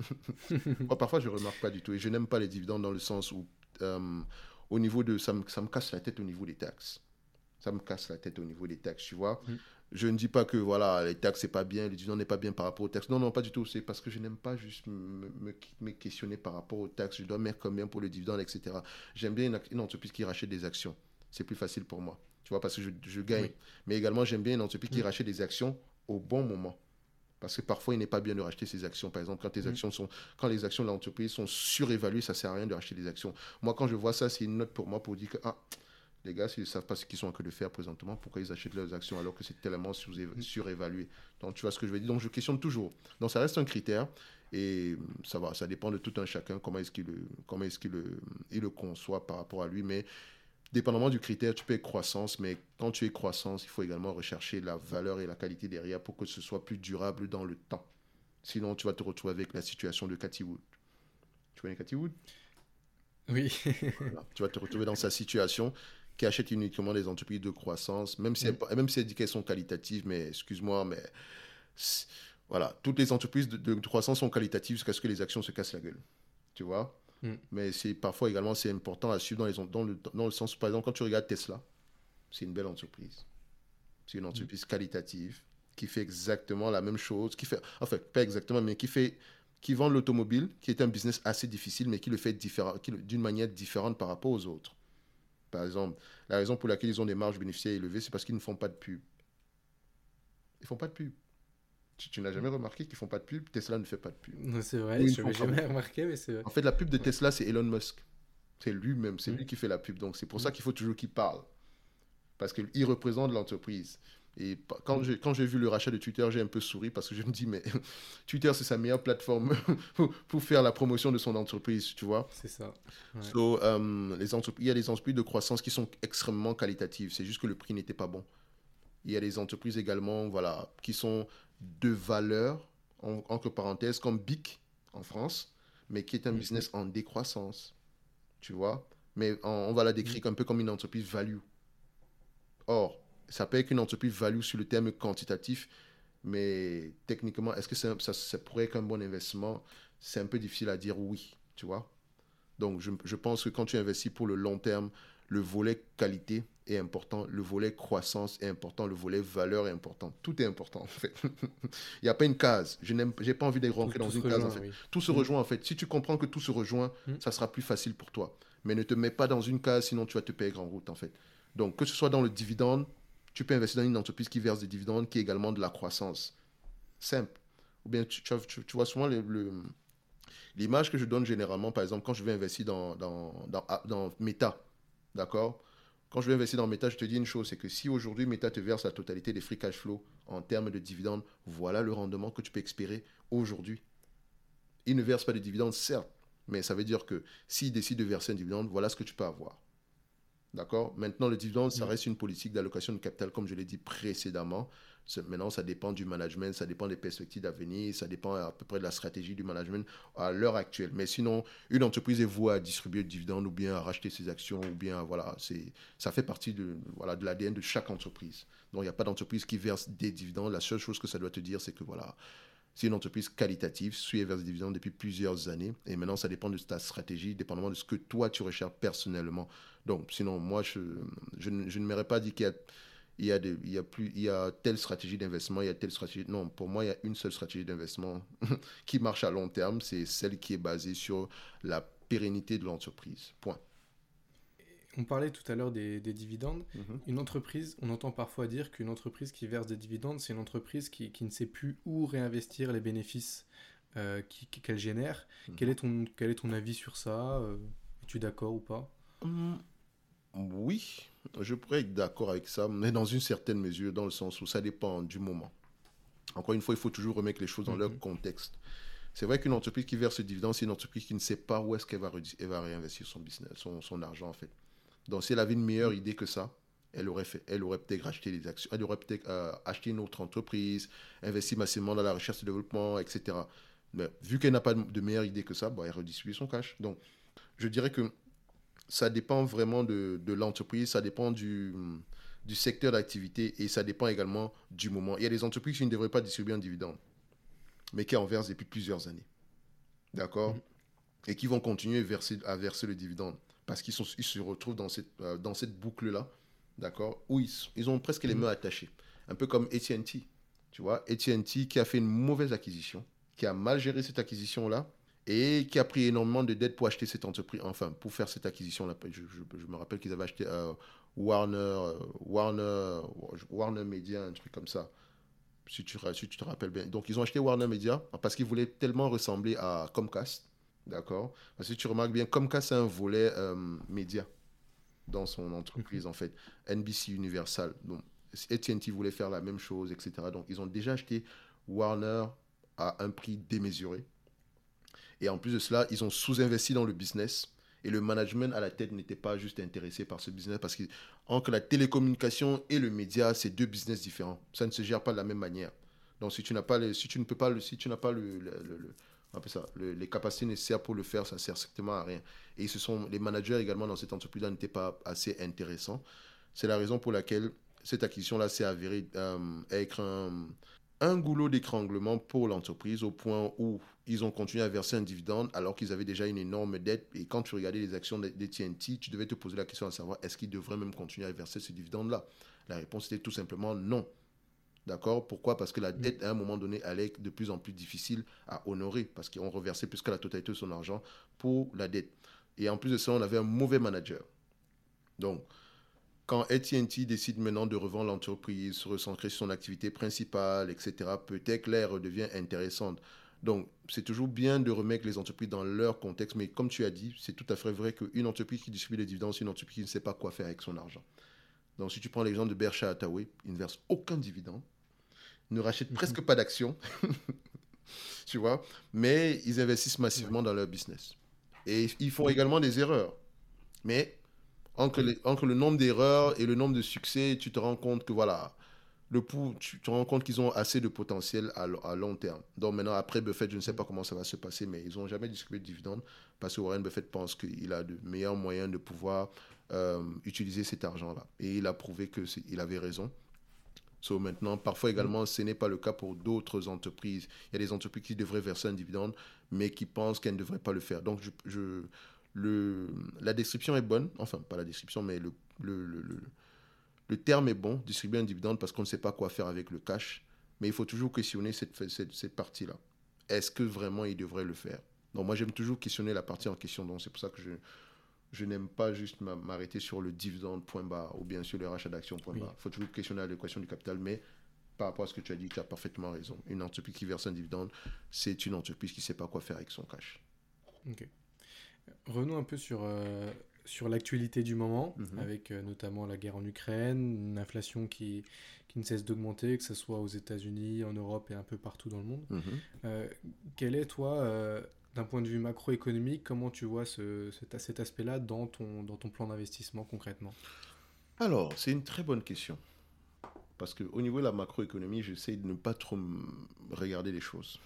Moi, parfois, je ne remarque pas du tout. Et je n'aime pas les dividendes dans le sens où, euh, au niveau de, ça me, ça me casse la tête au niveau des taxes. Ça me casse la tête au niveau des taxes, tu vois. Mm. Je ne dis pas que voilà, les taxes, c'est pas bien, le dividende n'est pas bien par rapport aux taxes. Non, non, pas du tout. C'est parce que je n'aime pas juste me, me, me questionner par rapport aux taxes. Je dois mettre combien pour le dividende, et cetera. J'aime bien une, une entreprise qui rachète des actions. C'est plus facile pour moi. Tu vois, parce que je, je gagne. Oui. Mais également, j'aime bien une entreprise mmh. qui rachète des actions au bon moment. Parce que parfois, il n'est pas bien de racheter ses actions. Par exemple, quand, tes mmh. actions sont, quand les actions de l'entreprise sont surévaluées, ça ne sert à rien de racheter des actions. Moi, quand je vois ça, c'est une note pour moi pour dire que ah, les gars, s'ils ne savent pas ce qu'ils sont en train de faire présentement, pourquoi ils achètent leurs actions alors que c'est tellement mmh. surévalué? Donc, tu vois ce que je veux dire? Donc, je questionne toujours. Donc, ça reste un critère. Et ça va, ça dépend de tout un chacun, comment est-ce qu'il le, comment est-ce qu'il le, il le conçoit par rapport à lui. Mais dépendamment du critère, tu peux être croissance, mais quand tu es croissance, il faut également rechercher la valeur et la qualité derrière pour que ce soit plus durable dans le temps. Sinon, tu vas te retrouver avec la situation de Cathie Wood. Tu connais Cathie Wood? Oui. Voilà. Tu vas te retrouver dans sa situation qui achète uniquement des entreprises de croissance, même si, mmh. elle, même si elle dit qu'elles sont qualitatives, mais excuse-moi, mais voilà, toutes les entreprises de, de croissance sont qualitatives jusqu'à ce que les actions se cassent la gueule. Tu vois? Mm. Mais c'est parfois également c'est important à suivre dans, les, dans, le, dans le sens, par exemple, quand tu regardes Tesla, c'est une belle entreprise. C'est une entreprise mm. qualitative qui fait exactement la même chose, qui fait, enfin, pas exactement, mais qui fait, qui vend l'automobile, qui est un business assez difficile, mais qui le fait différent, qui, d'une manière différente par rapport aux autres. Par exemple, la raison pour laquelle ils ont des marges bénéficiaires élevées, c'est parce qu'ils ne font pas de pub. Ils ne font pas de pub. Tu, tu n'as jamais remarqué qu'ils ne font pas de pub? Tesla ne fait pas de pub. Non, c'est vrai, je n'avais jamais remarqué, mais c'est vrai. En fait, la pub de Tesla, c'est Elon Musk. C'est lui-même, c'est mmh. lui qui fait la pub. Donc, c'est pour mmh. ça qu'il faut toujours qu'il parle. Parce qu'il représente l'entreprise. Et quand j'ai, quand j'ai vu le rachat de Twitter, j'ai un peu souri parce que je me dis, mais Twitter, c'est sa meilleure plateforme pour, pour faire la promotion de son entreprise, tu vois. C'est ça. Ouais. So, euh, les entreprises, il y a des entreprises de croissance qui sont extrêmement qualitatives. C'est juste que le prix n'était pas bon. Il y a des entreprises également, voilà, qui sont de valeur, en, entre parenthèses, comme B I C en France, mais qui est un Mhm. business en décroissance, tu vois. Mais on, on va la décrire Mhm. un peu comme une entreprise value. Or, ça peut être une entreprise value sur le terme quantitatif, mais techniquement, est-ce que ça, ça, ça pourrait être un bon investissement? C'est un peu difficile à dire oui, tu vois. Donc, je, je pense que quand tu investis pour le long terme, le volet qualité est important, le volet croissance est important, le volet valeur est important. Tout est important, en fait. Il n'y a pas une case. Je n'ai pas envie de Tout, rentrer dans tout se une case, en rejoint, fait. oui. Tout se Mhm. rejoint, en fait. Si tu comprends que tout se rejoint, Mhm. ça sera plus facile pour toi. Mais ne te mets pas dans une case, sinon tu vas te payer en route, en fait. Donc, que ce soit dans le dividende, tu peux investir dans une entreprise qui verse des dividendes, qui est également de la croissance. Simple. Ou bien, tu, tu, tu, tu vois souvent le, le, l'image que je donne généralement, par exemple, quand je vais investir dans, dans, dans, dans Meta, d'accord? Quand je vais investir dans Meta, je te dis une chose, c'est que si aujourd'hui Meta te verse la totalité des free cash flow en termes de dividendes, voilà le rendement que tu peux espérer aujourd'hui. Il ne verse pas de dividendes, certes, mais ça veut dire que s'il décide de verser un dividende, voilà ce que tu peux avoir. D'accord? Maintenant, le dividende, ça Mhm. reste une politique d'allocation de capital, comme je l'ai dit précédemment. Maintenant, ça dépend du management, ça dépend des perspectives d'avenir, ça dépend à peu près de la stratégie du management à l'heure actuelle. Mais sinon, une entreprise est vouée à distribuer le dividende ou bien à racheter ses actions ou bien, voilà, c'est, ça fait partie de, voilà, de l'A D N de chaque entreprise. Donc, il n'y a pas d'entreprise qui verse des dividendes. La seule chose que ça doit te dire, c'est que, voilà, c'est une entreprise qualitative, suit et verse des dividendes depuis plusieurs années. Et maintenant, ça dépend de ta stratégie, dépendamment de ce que toi, tu recherches personnellement. Donc, sinon, moi, je, je, ne- je ne m'aurais pas dit qu'il y a, il y a, de- il y a plus, il y a telle stratégie d'investissement, il y a telle stratégie. Non, pour moi, il y a une seule stratégie d'investissement qui marche à long terme. C'est celle qui est basée sur la pérennité de l'entreprise. Point. On parlait tout à l'heure des, des dividendes. Mhm. Une entreprise, on entend parfois dire qu'une entreprise qui verse des dividendes, c'est une entreprise qui, qui ne sait plus où réinvestir les bénéfices euh, qui- qui- qu'elle génère. Quel Mhm. est ton, quel est ton avis sur ça? Euh, Es-tu d'accord ou pas? Hum, Oui, je pourrais être d'accord avec ça, mais dans une certaine mesure, dans le sens où ça dépend du moment. Encore une fois, il faut toujours remettre les choses dans leur Mhm. contexte. C'est vrai qu'une entreprise qui verse ce dividende, c'est une entreprise qui ne sait pas où est-ce qu'elle va, elle va réinvestir son business, son, son argent en fait. Donc si elle avait une meilleure Mhm. idée que ça, elle aurait fait, elle aurait peut-être acheté des actions, elle aurait peut-être euh, acheté une autre entreprise, investi massivement dans la recherche et le développement, et cetera. Mais vu qu'elle n'a pas de meilleure idée que ça, bah, elle redistribue son cash. Donc je dirais que ça dépend vraiment de, de l'entreprise, ça dépend du, du secteur d'activité et ça dépend également du moment. Il y a des entreprises qui ne devraient pas distribuer un dividende, mais qui en versent depuis plusieurs années. D'accord? Mhm. Et qui vont continuer à verser, à verser le dividende. Parce qu'ils sont, ils se retrouvent dans cette, euh, dans cette boucle-là, d'accord? Où ils, ils ont presque les Mhm. mains attachées. Un peu comme A T and T. Tu vois, A T and T qui a fait une mauvaise acquisition, qui a mal géré cette acquisition-là, et qui a pris énormément de dettes pour acheter cette entreprise, enfin, pour faire cette acquisition-là. Je, je, je me rappelle qu'ils avaient acheté euh, Warner, euh, Warner, Warner Media, un truc comme ça, si tu, si tu te rappelles bien. Donc, ils ont acheté Warner Media parce qu'ils voulaient tellement ressembler à Comcast. D'accord? Parce que tu remarques bien, Comcast, c'est un volet euh, média dans son Mhm. entreprise, en fait. N B C Universal. Donc, A T and T voulait faire la même chose, et cetera. Donc, ils ont déjà acheté Warner à un prix démesuré. Et en plus de cela, ils ont sous-investi dans le business. Et le management à la tête n'était pas juste intéressé par ce business parce que entre la télécommunication et le média, c'est deux business différents. Ça ne se gère pas de la même manière. Donc si tu n'as pas le, si tu ne peux pas le, si tu n'as pas le, le, le, le un peu ça, le, les capacités nécessaires pour le faire, ça sert strictement à rien. Et ce sont les managers également dans cette entreprise-là n'étaient pas assez intéressants. C'est la raison pour laquelle cette acquisition-là s'est avérée euh, être un, un goulot d'étranglement pour l'entreprise au point où ils ont continué à verser un dividende alors qu'ils avaient déjà une énorme dette. Et quand tu regardais les actions de T N T, tu devais te poser la question à savoir est-ce qu'ils devraient même continuer à verser ce dividende-là. La réponse était tout simplement non. D'accord? Pourquoi? Parce que la Mhm. dette, à un moment donné, allait être de plus en plus difficile à honorer parce qu'ils ont reversé plus que la totalité de son argent pour la dette. Et en plus de ça, on avait un mauvais manager. Donc, quand A T and T décide maintenant de revendre l'entreprise, se recentrer sur son activité principale, et cetera, peut-être que l'air redevient intéressante. Donc, c'est toujours bien de remettre les entreprises dans leur contexte, mais comme tu as dit, c'est tout à fait vrai qu'une entreprise qui distribue des dividendes, c'est une entreprise qui ne sait pas quoi faire avec son argent. Donc, si tu prends l'exemple de Berkshire Hathaway, ils ne versent aucun dividende, ne rachètent Mhm. presque pas d'actions, tu vois, mais ils investissent massivement Ouais. dans leur business. Et ils font Mhm. également des erreurs. Mais entre, Oui. les- entre le nombre d'erreurs et le nombre de succès, tu te rends compte que voilà, le pou- tu te rends compte qu'ils ont assez de potentiel à, lo- à long terme. Donc maintenant, après Buffett, je ne sais pas Mhm. comment ça va se passer, mais ils n'ont jamais distribué de dividendes parce que Warren Buffett pense qu'il a de meilleurs moyens de pouvoir euh, utiliser cet argent-là. Et il a prouvé qu'il avait raison. So, maintenant, parfois Mhm. également, ce n'est pas le cas pour d'autres entreprises. Il y a des entreprises qui devraient verser un dividende, mais qui pensent qu'elles ne devraient pas le faire. Donc, je, je- le, la description est bonne. Enfin, pas la description, mais le, le, le, le- le terme est bon, distribuer un dividende, parce qu'on ne sait pas quoi faire avec le cash. Mais il faut toujours questionner cette, cette, cette partie-là. Est-ce que vraiment il devrait le faire? Donc, moi, j'aime toujours questionner la partie en question. Donc, c'est pour ça que je, je n'aime pas juste m'arrêter sur le dividende point barre ou bien sur le rachat d'action point Oui. barre. Il faut toujours questionner l'équation du capital, mais par rapport à ce que tu as dit, tu as parfaitement raison. Une entreprise qui verse un dividende, c'est une entreprise qui ne sait pas quoi faire avec son cash. Ok. Revenons un peu sur, euh, sur l'actualité du moment, Mhm, avec euh, notamment la guerre en Ukraine, une inflation qui, qui ne cesse d'augmenter, que ce soit aux États-Unis, en Europe et un peu partout dans le monde. mhm. Euh, Quel est, toi, euh, d'un point de vue macroéconomique, comment tu vois ce, cet, cet aspect-là dans ton, dans ton plan d'investissement concrètement? Alors, c'est une très bonne question. Parce qu'au niveau de la macroéconomie, j'essaie de ne pas trop regarder les choses.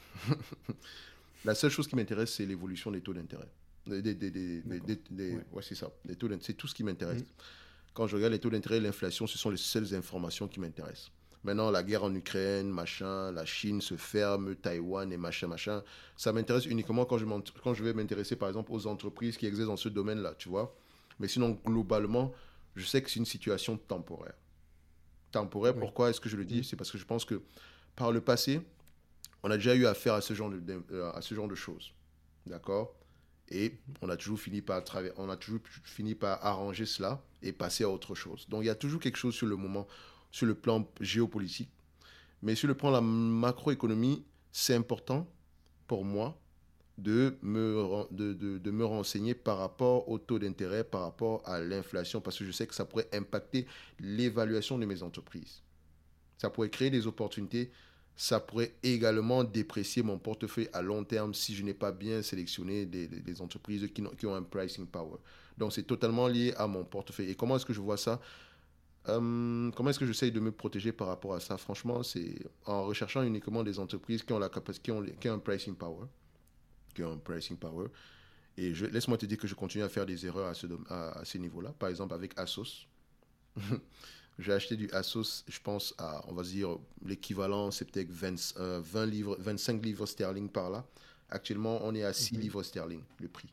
La seule chose qui m'intéresse, c'est l'évolution des taux d'intérêt. Des, des, des, des, des, D'accord. des, Ouais. ouais, c'est ça. Les taux c'est tout ce qui m'intéresse. Mhm. Quand je regarde les taux d'intérêt et l'inflation, ce sont les seules informations qui m'intéressent. Maintenant, la guerre en Ukraine, machin, la Chine se ferme, Taïwan et machin, machin, ça m'intéresse uniquement quand je, quand je vais m'intéresser, par exemple, aux entreprises qui exercent dans ce domaine-là, tu vois. Mais sinon, globalement, je sais que c'est une situation temporaire. Temporaire, Oui. pourquoi est-ce que je le dis? Mhm. C'est parce que je pense que par le passé, on a déjà eu affaire à ce genre de, à ce genre de choses. D'accord? Et on a toujours fini par travers, on a toujours fini par arranger cela et passer à autre chose. Donc il y a toujours quelque chose sur le moment, sur le plan géopolitique, mais sur le plan de la macroéconomie, c'est important pour moi de me, de, de, de me renseigner par rapport au taux d'intérêt, par rapport à l'inflation, parce que je sais que ça pourrait impacter l'évaluation de mes entreprises. Ça pourrait créer des opportunités. Ça pourrait également déprécier mon portefeuille à long terme si je n'ai pas bien sélectionné des, des, des entreprises qui, qui ont un pricing power. Donc, c'est totalement lié à mon portefeuille. Et comment est-ce que je vois ça? Euh, comment est-ce que j'essaye de me protéger par rapport à ça? Franchement, c'est en recherchant uniquement des entreprises qui ont, la capacité, qui ont, qui ont un pricing power. Qui ont un pricing power. Et je, laisse-moi te dire que je continue à faire des erreurs à ce, à, à ce niveau-là. Par exemple, avec Asos. J'ai acheté du Asos, je pense, à, on va dire, l'équivalent, c'est peut-être vingt, euh, vingt livres, vingt-cinq livres sterling par là. Actuellement, on est à six Mhm. livres sterling, le prix.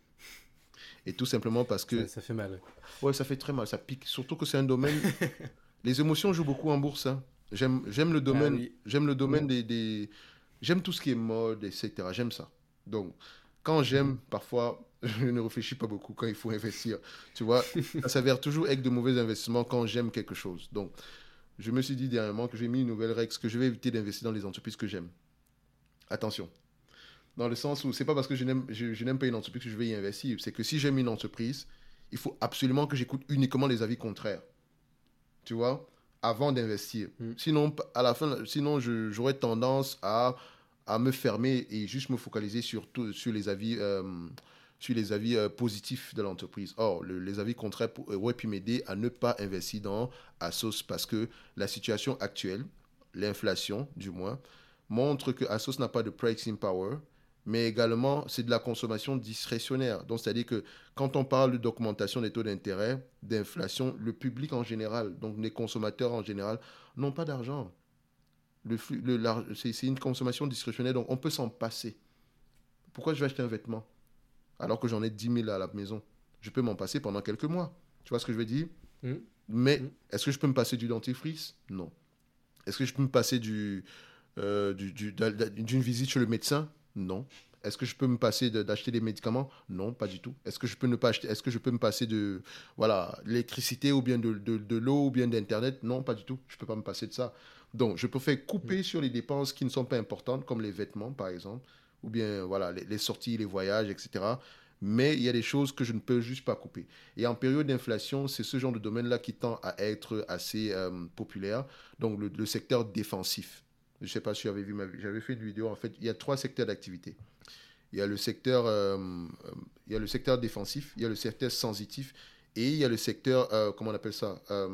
Et tout simplement parce Ça, que, ça fait mal. ouais, ça fait très mal, ça pique. Surtout que c'est un domaine, les émotions jouent beaucoup en bourse, hein. J'aime, j'aime le Ah domaine, oui. j'aime le Mhm. domaine des, des- j'aime tout ce qui est mode, et cetera. J'aime ça. Donc, quand Mhm. j'aime, parfois, je ne réfléchis pas beaucoup quand il faut investir. Tu vois, ça s'avère toujours être de mauvais investissements quand j'aime quelque chose. Donc, je me suis dit dernièrement que j'ai mis une nouvelle règle, que je vais éviter d'investir dans les entreprises que j'aime. Attention. Dans le sens où c'est pas parce que je n'aime, je, je n'aime pas une entreprise que je vais y investir. C'est que si j'aime une entreprise, il faut absolument que j'écoute uniquement les avis contraires. Tu vois, avant d'investir. Mhm. Sinon, à la fin, sinon je- j'aurais tendance à, à me fermer et juste me focaliser sur, tout- sur les avis, euh, sur les avis euh, positifs de l'entreprise. Or, le- les avis contraires pour- auraient pu m'aider à ne pas investir dans Asos parce que la situation actuelle, l'inflation du moins, montre que Asos n'a pas de pricing power, mais également c'est de la consommation discrétionnaire. Donc, c'est-à-dire que quand on parle d'augmentation des taux d'intérêt, d'inflation, le public en général, donc les consommateurs en général, n'ont pas d'argent. Le flux, le, c'est, c'est une consommation discrétionnaire, donc on peut s'en passer. Pourquoi je vais acheter un vêtement alors que j'en ai dix mille à la maison? Je peux m'en passer pendant quelques mois. Tu vois ce que je veux dire? Mhm. Mais Mhm. est-ce que je peux me passer du dentifrice? Non. Est-ce que je peux me passer du, euh, du, du, d'une visite chez le médecin? Non. Est-ce que je peux me passer de, d'acheter des médicaments? Non, pas du tout. Est-ce que je peux ne pas acheter, est-ce que je peux me passer de, voilà, l'électricité ou bien de, de, de l'eau ou bien d'internet? Non, pas du tout. Je peux pas me passer de ça. Donc, je préfère Mhm. couper sur les dépenses qui ne sont pas importantes, comme les vêtements, par exemple, ou bien voilà, les, les sorties, les voyages, et cetera. Mais il y a des choses que je ne peux juste pas couper. Et en période d'inflation, c'est ce genre de domaine-là qui tend à être assez euh, populaire. Donc, le, le secteur défensif. Je ne sais pas si tu avais vu ma vidéo. J'avais fait une vidéo. En fait, il y a trois secteurs d'activité. Il y a le secteur, euh, euh, il y a le secteur défensif, il y a le secteur sensitif et il y a le secteur, euh, comment on appelle ça, euh,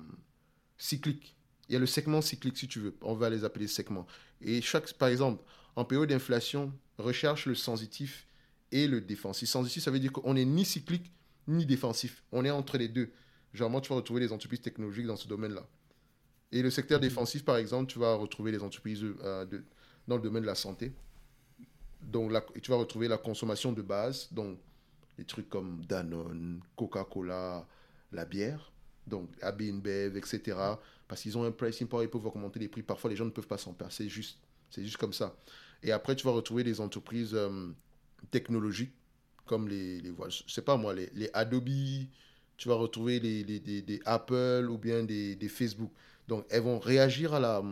cyclique. Il y a le segment cyclique, si tu veux. On va les appeler segments. Et chaque, par exemple, en période d'inflation, recherche le sensitif et le défensif. Sensitif, ça veut dire qu'on n'est ni cyclique ni défensif. On est entre les deux. Généralement, tu vas retrouver les entreprises technologiques dans ce domaine-là. Et le secteur mmh. défensif, par exemple, tu vas retrouver les entreprises euh, de, dans le domaine de la santé. Donc, la, tu vas retrouver la consommation de base, donc des trucs comme Danone, Coca-Cola, la bière, donc A B InBev, et cetera. Parce qu'ils ont un pricing power, ils peuvent augmenter les prix. Parfois, les gens ne peuvent pas s'en passer. C'est juste, c'est juste comme ça. Et après, tu vas retrouver des entreprises euh, technologiques, comme les, les je sais pas moi, les, les Adobe, tu vas retrouver les, les, des, des Apple ou bien des, des Facebook. Donc, elles vont réagir à la...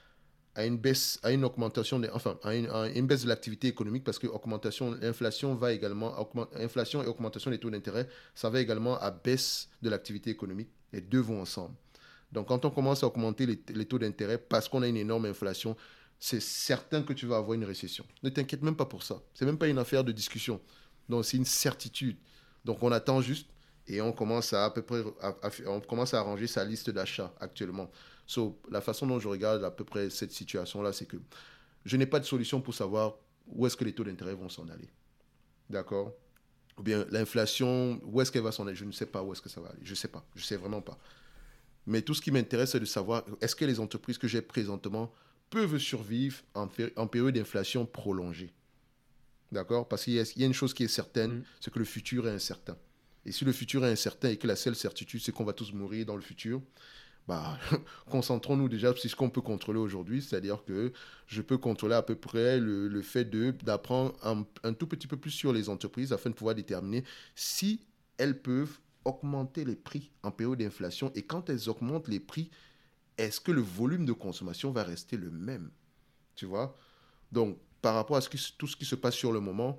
à une baisse, à une augmentation, de, enfin, à une, à une baisse de l'activité économique parce que augmentation, l'inflation va également, augment, inflation et augmentation des taux d'intérêt, ça va également à baisse de l'activité économique. Les deux vont ensemble. Donc, quand on commence à augmenter les, les taux d'intérêt parce qu'on a une énorme inflation, c'est certain que tu vas avoir une récession. Ne t'inquiète même pas pour ça. C'est même pas une affaire de discussion. Donc, c'est une certitude. Donc, on attend juste et on commence à, à peu près, à, à, on commence à arranger sa liste d'achats actuellement. So, la façon dont je regarde à peu près cette situation-là, c'est que je n'ai pas de solution pour savoir où est-ce que les taux d'intérêt vont s'en aller. D'accord? Ou bien l'inflation, où est-ce qu'elle va s'en aller? Je ne sais pas où est-ce que ça va aller. Je ne sais pas. Je ne sais vraiment pas. Mais tout ce qui m'intéresse, c'est de savoir est-ce que les entreprises que j'ai présentement peuvent survivre en, en période d'inflation prolongée. D'accord? Parce qu'il y a, il y a une chose qui est certaine, mmh. c'est que le futur est incertain. Et si le futur est incertain et que la seule certitude, c'est qu'on va tous mourir dans le futur, bah, concentrons-nous déjà sur ce qu'on peut contrôler aujourd'hui, c'est-à-dire que je peux contrôler à peu près le, le fait de, d'apprendre un, un tout petit peu plus sur les entreprises afin de pouvoir déterminer si elles peuvent augmenter les prix en période d'inflation et quand elles augmentent les prix, est-ce que le volume de consommation va rester le même? Tu vois? Donc, par rapport à ce qui, tout ce qui se passe sur le moment,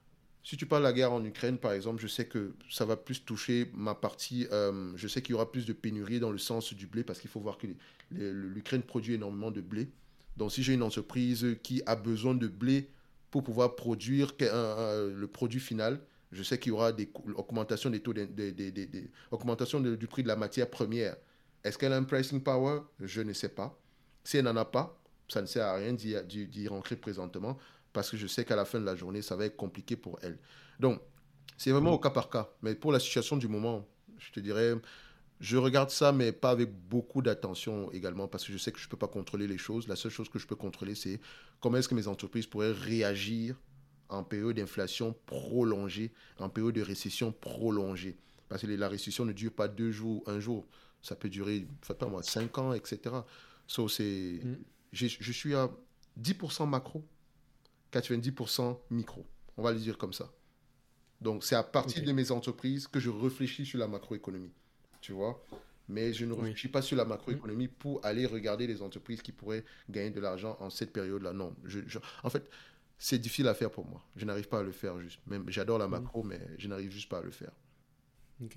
si tu parles de la guerre en Ukraine, par exemple, je sais que ça va plus toucher ma partie. Euh, je sais qu'il y aura plus de pénurie dans le sens du blé parce qu'il faut voir que les, les, l'Ukraine produit énormément de blé. Donc, si j'ai une entreprise qui a besoin de blé pour pouvoir produire un, un, le produit final, je sais qu'il y aura des augmentations des taux, de, de, de, de, de, augmentation de, du prix de la matière première. Est-ce qu'elle a un pricing power? Je ne sais pas. Si elle n'en a pas, ça ne sert à rien d'y, d'y, d'y rentrer présentement. Parce que je sais qu'à la fin de la journée, ça va être compliqué pour elle. Donc, c'est vraiment au cas par cas. Mais pour la situation du moment, je te dirais, je regarde ça, mais pas avec beaucoup d'attention également, parce que je sais que je ne peux pas contrôler les choses. La seule chose que je peux contrôler, c'est comment est-ce que mes entreprises pourraient réagir en période d'inflation prolongée, en période de récession prolongée. Parce que la récession ne dure pas deux jours, un jour. Ça peut durer, je sais pas moi, cinq ans, et cetera. So, c'est, mm. je, je suis à dix pour cent macro, quatre-vingt-dix pour cent micro. On va le dire comme ça. Donc, c'est à partir okay. de mes entreprises que je réfléchis sur la macroéconomie. Tu vois? Mais je ne réfléchis oui. pas sur la macroéconomie mmh. pour aller regarder les entreprises qui pourraient gagner de l'argent en cette période-là. Non. Je, je, en fait, c'est difficile à faire pour moi. Je n'arrive pas à le faire juste. Même, j'adore la macro, mmh. mais je n'arrive juste pas à le faire. Ok.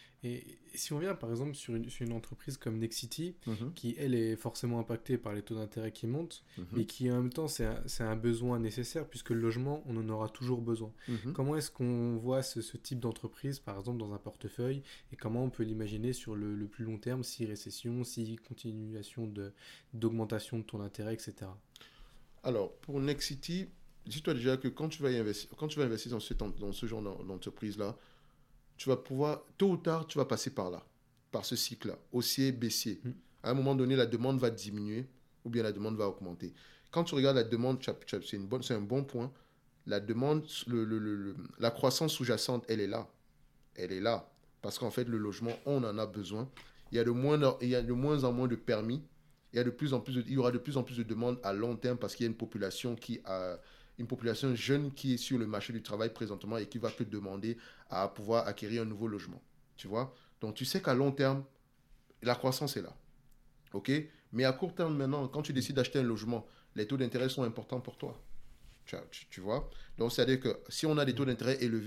Et si on vient par exemple sur une, sur une entreprise comme Nexity, mm-hmm. qui elle est forcément impactée par les taux d'intérêt qui montent, mm-hmm. et qui en même temps c'est un, c'est un besoin nécessaire puisque le logement on en aura toujours besoin. Mm-hmm. Comment est-ce qu'on voit ce, ce type d'entreprise par exemple dans un portefeuille et comment on peut l'imaginer sur le, le plus long terme, si récession, si continuation de, d'augmentation de taux d'intérêt, et cetera. Alors pour Nexity, dis-toi déjà que quand tu vas investir, quand tu vas investir dans ce, dans ce genre d'entreprise-là, tu vas pouvoir, tôt ou tard, tu vas passer par là, par ce cycle-là, haussier, baissier. Mmh. À un moment donné, la demande va diminuer ou bien la demande va augmenter. Quand tu regardes la demande, c'est, une bonne, c'est un bon point. La demande, le, le, le, la croissance sous-jacente, elle est là. Elle est là. Parce qu'en fait, le logement, on en a besoin. Il y a de moins, il y a de moins en moins de permis. Il y a de plus en plus de, il y aura de plus en plus de demandes à long terme parce qu'il y a une population qui a... une population jeune qui est sur le marché du travail présentement et qui va te demander à pouvoir acquérir un nouveau logement. Tu vois? Donc, tu sais qu'à long terme, la croissance est là. OK? Mais à court terme, maintenant, quand tu décides d'acheter un logement, les taux d'intérêt sont importants pour toi. Tu, tu, tu vois? Donc, c'est-à-dire que si on a des taux d'intérêt élevés,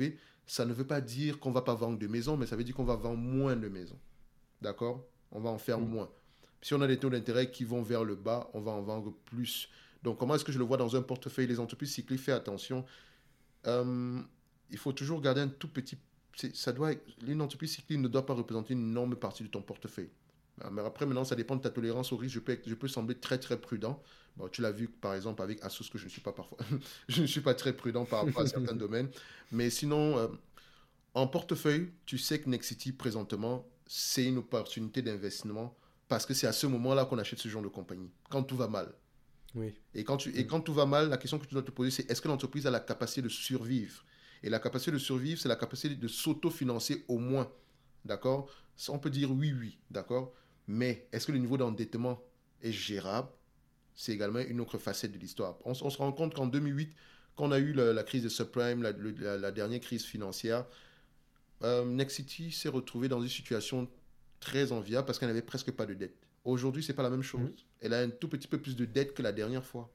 ça ne veut pas dire qu'on ne va pas vendre de maisons, mais ça veut dire qu'on va vendre moins de maisons. D'accord? On va en faire Mm. moins. Si on a des taux d'intérêt qui vont vers le bas, on va en vendre plus. Donc, comment est-ce que je le vois dans un portefeuille? Les entreprises cycliques, fais attention. Euh, il faut toujours garder un tout petit... c'est- Ça doit, une entreprise cyclique ne doit pas représenter une énorme partie de ton portefeuille. Ah, mais après, maintenant, ça dépend de ta tolérance au risque. Je peux, être- je peux sembler très, très prudent. Bon, tu l'as vu, par exemple, avec Asus, que je ne suis pas parfois. Je ne suis pas très prudent par rapport à certains domaines. Mais sinon, euh, en portefeuille, tu sais que Nexity, présentement, c'est une opportunité d'investissement parce que c'est à ce moment-là qu'on achète ce genre de compagnie, quand tout va mal. Oui. Et quand, tu, et Mm. quand tout va mal, la question que tu dois te poser, c'est est-ce que l'entreprise a la capacité de survivre? Et la capacité de survivre, c'est la capacité de s'autofinancer au moins. D'accord? On peut dire oui, oui, d'accord? Mais est-ce que le niveau d'endettement est gérable? C'est également une autre facette de l'histoire. On, on se rend compte qu'en deux mille huit, quand on a eu la, la crise de subprime, la, la, la dernière crise financière, euh, Nexity s'est retrouvé dans une situation très enviable parce qu'elle n'avait presque pas de dette. Aujourd'hui, c'est pas la même Mm. chose. Elle a un tout petit peu plus de dette que la dernière fois.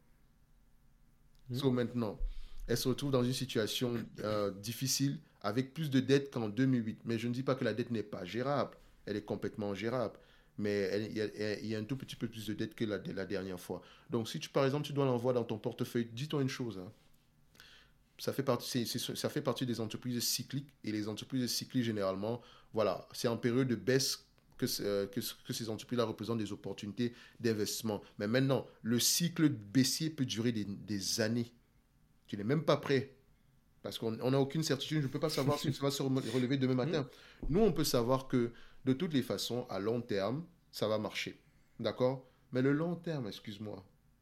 Mm. So maintenant, elle se retrouve dans une situation euh, difficile avec plus de dettes qu'en deux mille huit. Mais je ne dis pas que la dette n'est pas gérable. Elle est complètement gérable. Mais elle- il y, a- il y a un tout petit peu plus de dettes que la, la dernière fois. Donc, si tu, par exemple, tu dois l'envoyer dans ton portefeuille, dis-toi une chose, hein. Ça fait partie, c'est- c'est- ça fait partie des entreprises cycliques. Et les entreprises cycliques, généralement, voilà, c'est en période de baisse que, c'est- euh, que, que ces entreprises-là représentent des opportunités d'investissement. Mais maintenant, le cycle baissier peut durer des, des années. Tu n'es même pas prêt. Parce qu'on n'a aucune certitude. Je ne peux pas savoir si ça va se relever demain Mm. matin. Nous, on peut savoir que de toutes les façons, à long terme, ça va marcher. D'accord? Mais le long terme, excuse-moi,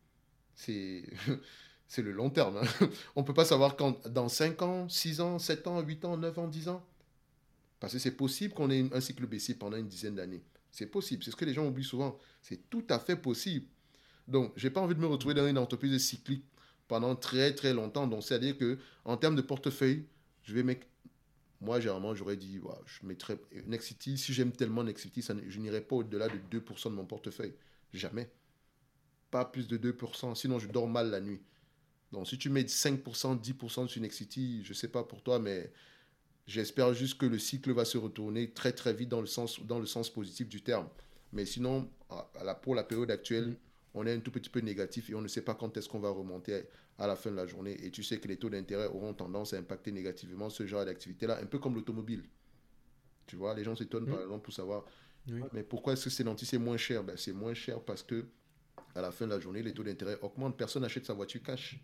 c'est c'est le long terme, hein. On ne peut pas savoir quand, dans cinq ans, six ans, sept ans, huit ans, neuf ans, dix ans. Parce que c'est possible qu'on ait un cycle baissier pendant une dizaine d'années. C'est possible. C'est ce que les gens oublient souvent. C'est tout à fait possible. Donc, j'ai pas envie de me retrouver dans une entreprise cyclique pendant très très longtemps. Donc, c'est-à-dire que en termes de portefeuille, je vais mettre. Moi, généralement, j'aurais dit, ouais, je mettrais Nexity. Si j'aime tellement Nexity, ça, je n'irai pas au-delà de deux pour cent de mon portefeuille. Jamais. Pas plus de deux pour cent. Sinon, je dors mal la nuit. Donc, si tu mets cinq pour cent, dix pour cent sur Nexity, je ne sais pas pour toi, mais j'espère juste que le cycle va se retourner très très vite dans le sens, dans le sens positif du terme. Mais sinon, à la, pour la période actuelle, Mm. on est un tout petit peu négatif et on ne sait pas quand est-ce qu'on va remonter à la fin de la journée. Et tu sais que les taux d'intérêt auront tendance à impacter négativement ce genre d'activité-là, un peu comme l'automobile. Tu vois, les gens s'étonnent par Mm. exemple pour savoir, Oui. mais pourquoi est-ce que Stellantis c'est moins cher? Ben, c'est moins cher parce que à la fin de la journée, les taux d'intérêt augmentent. Personne n'achète sa voiture cash.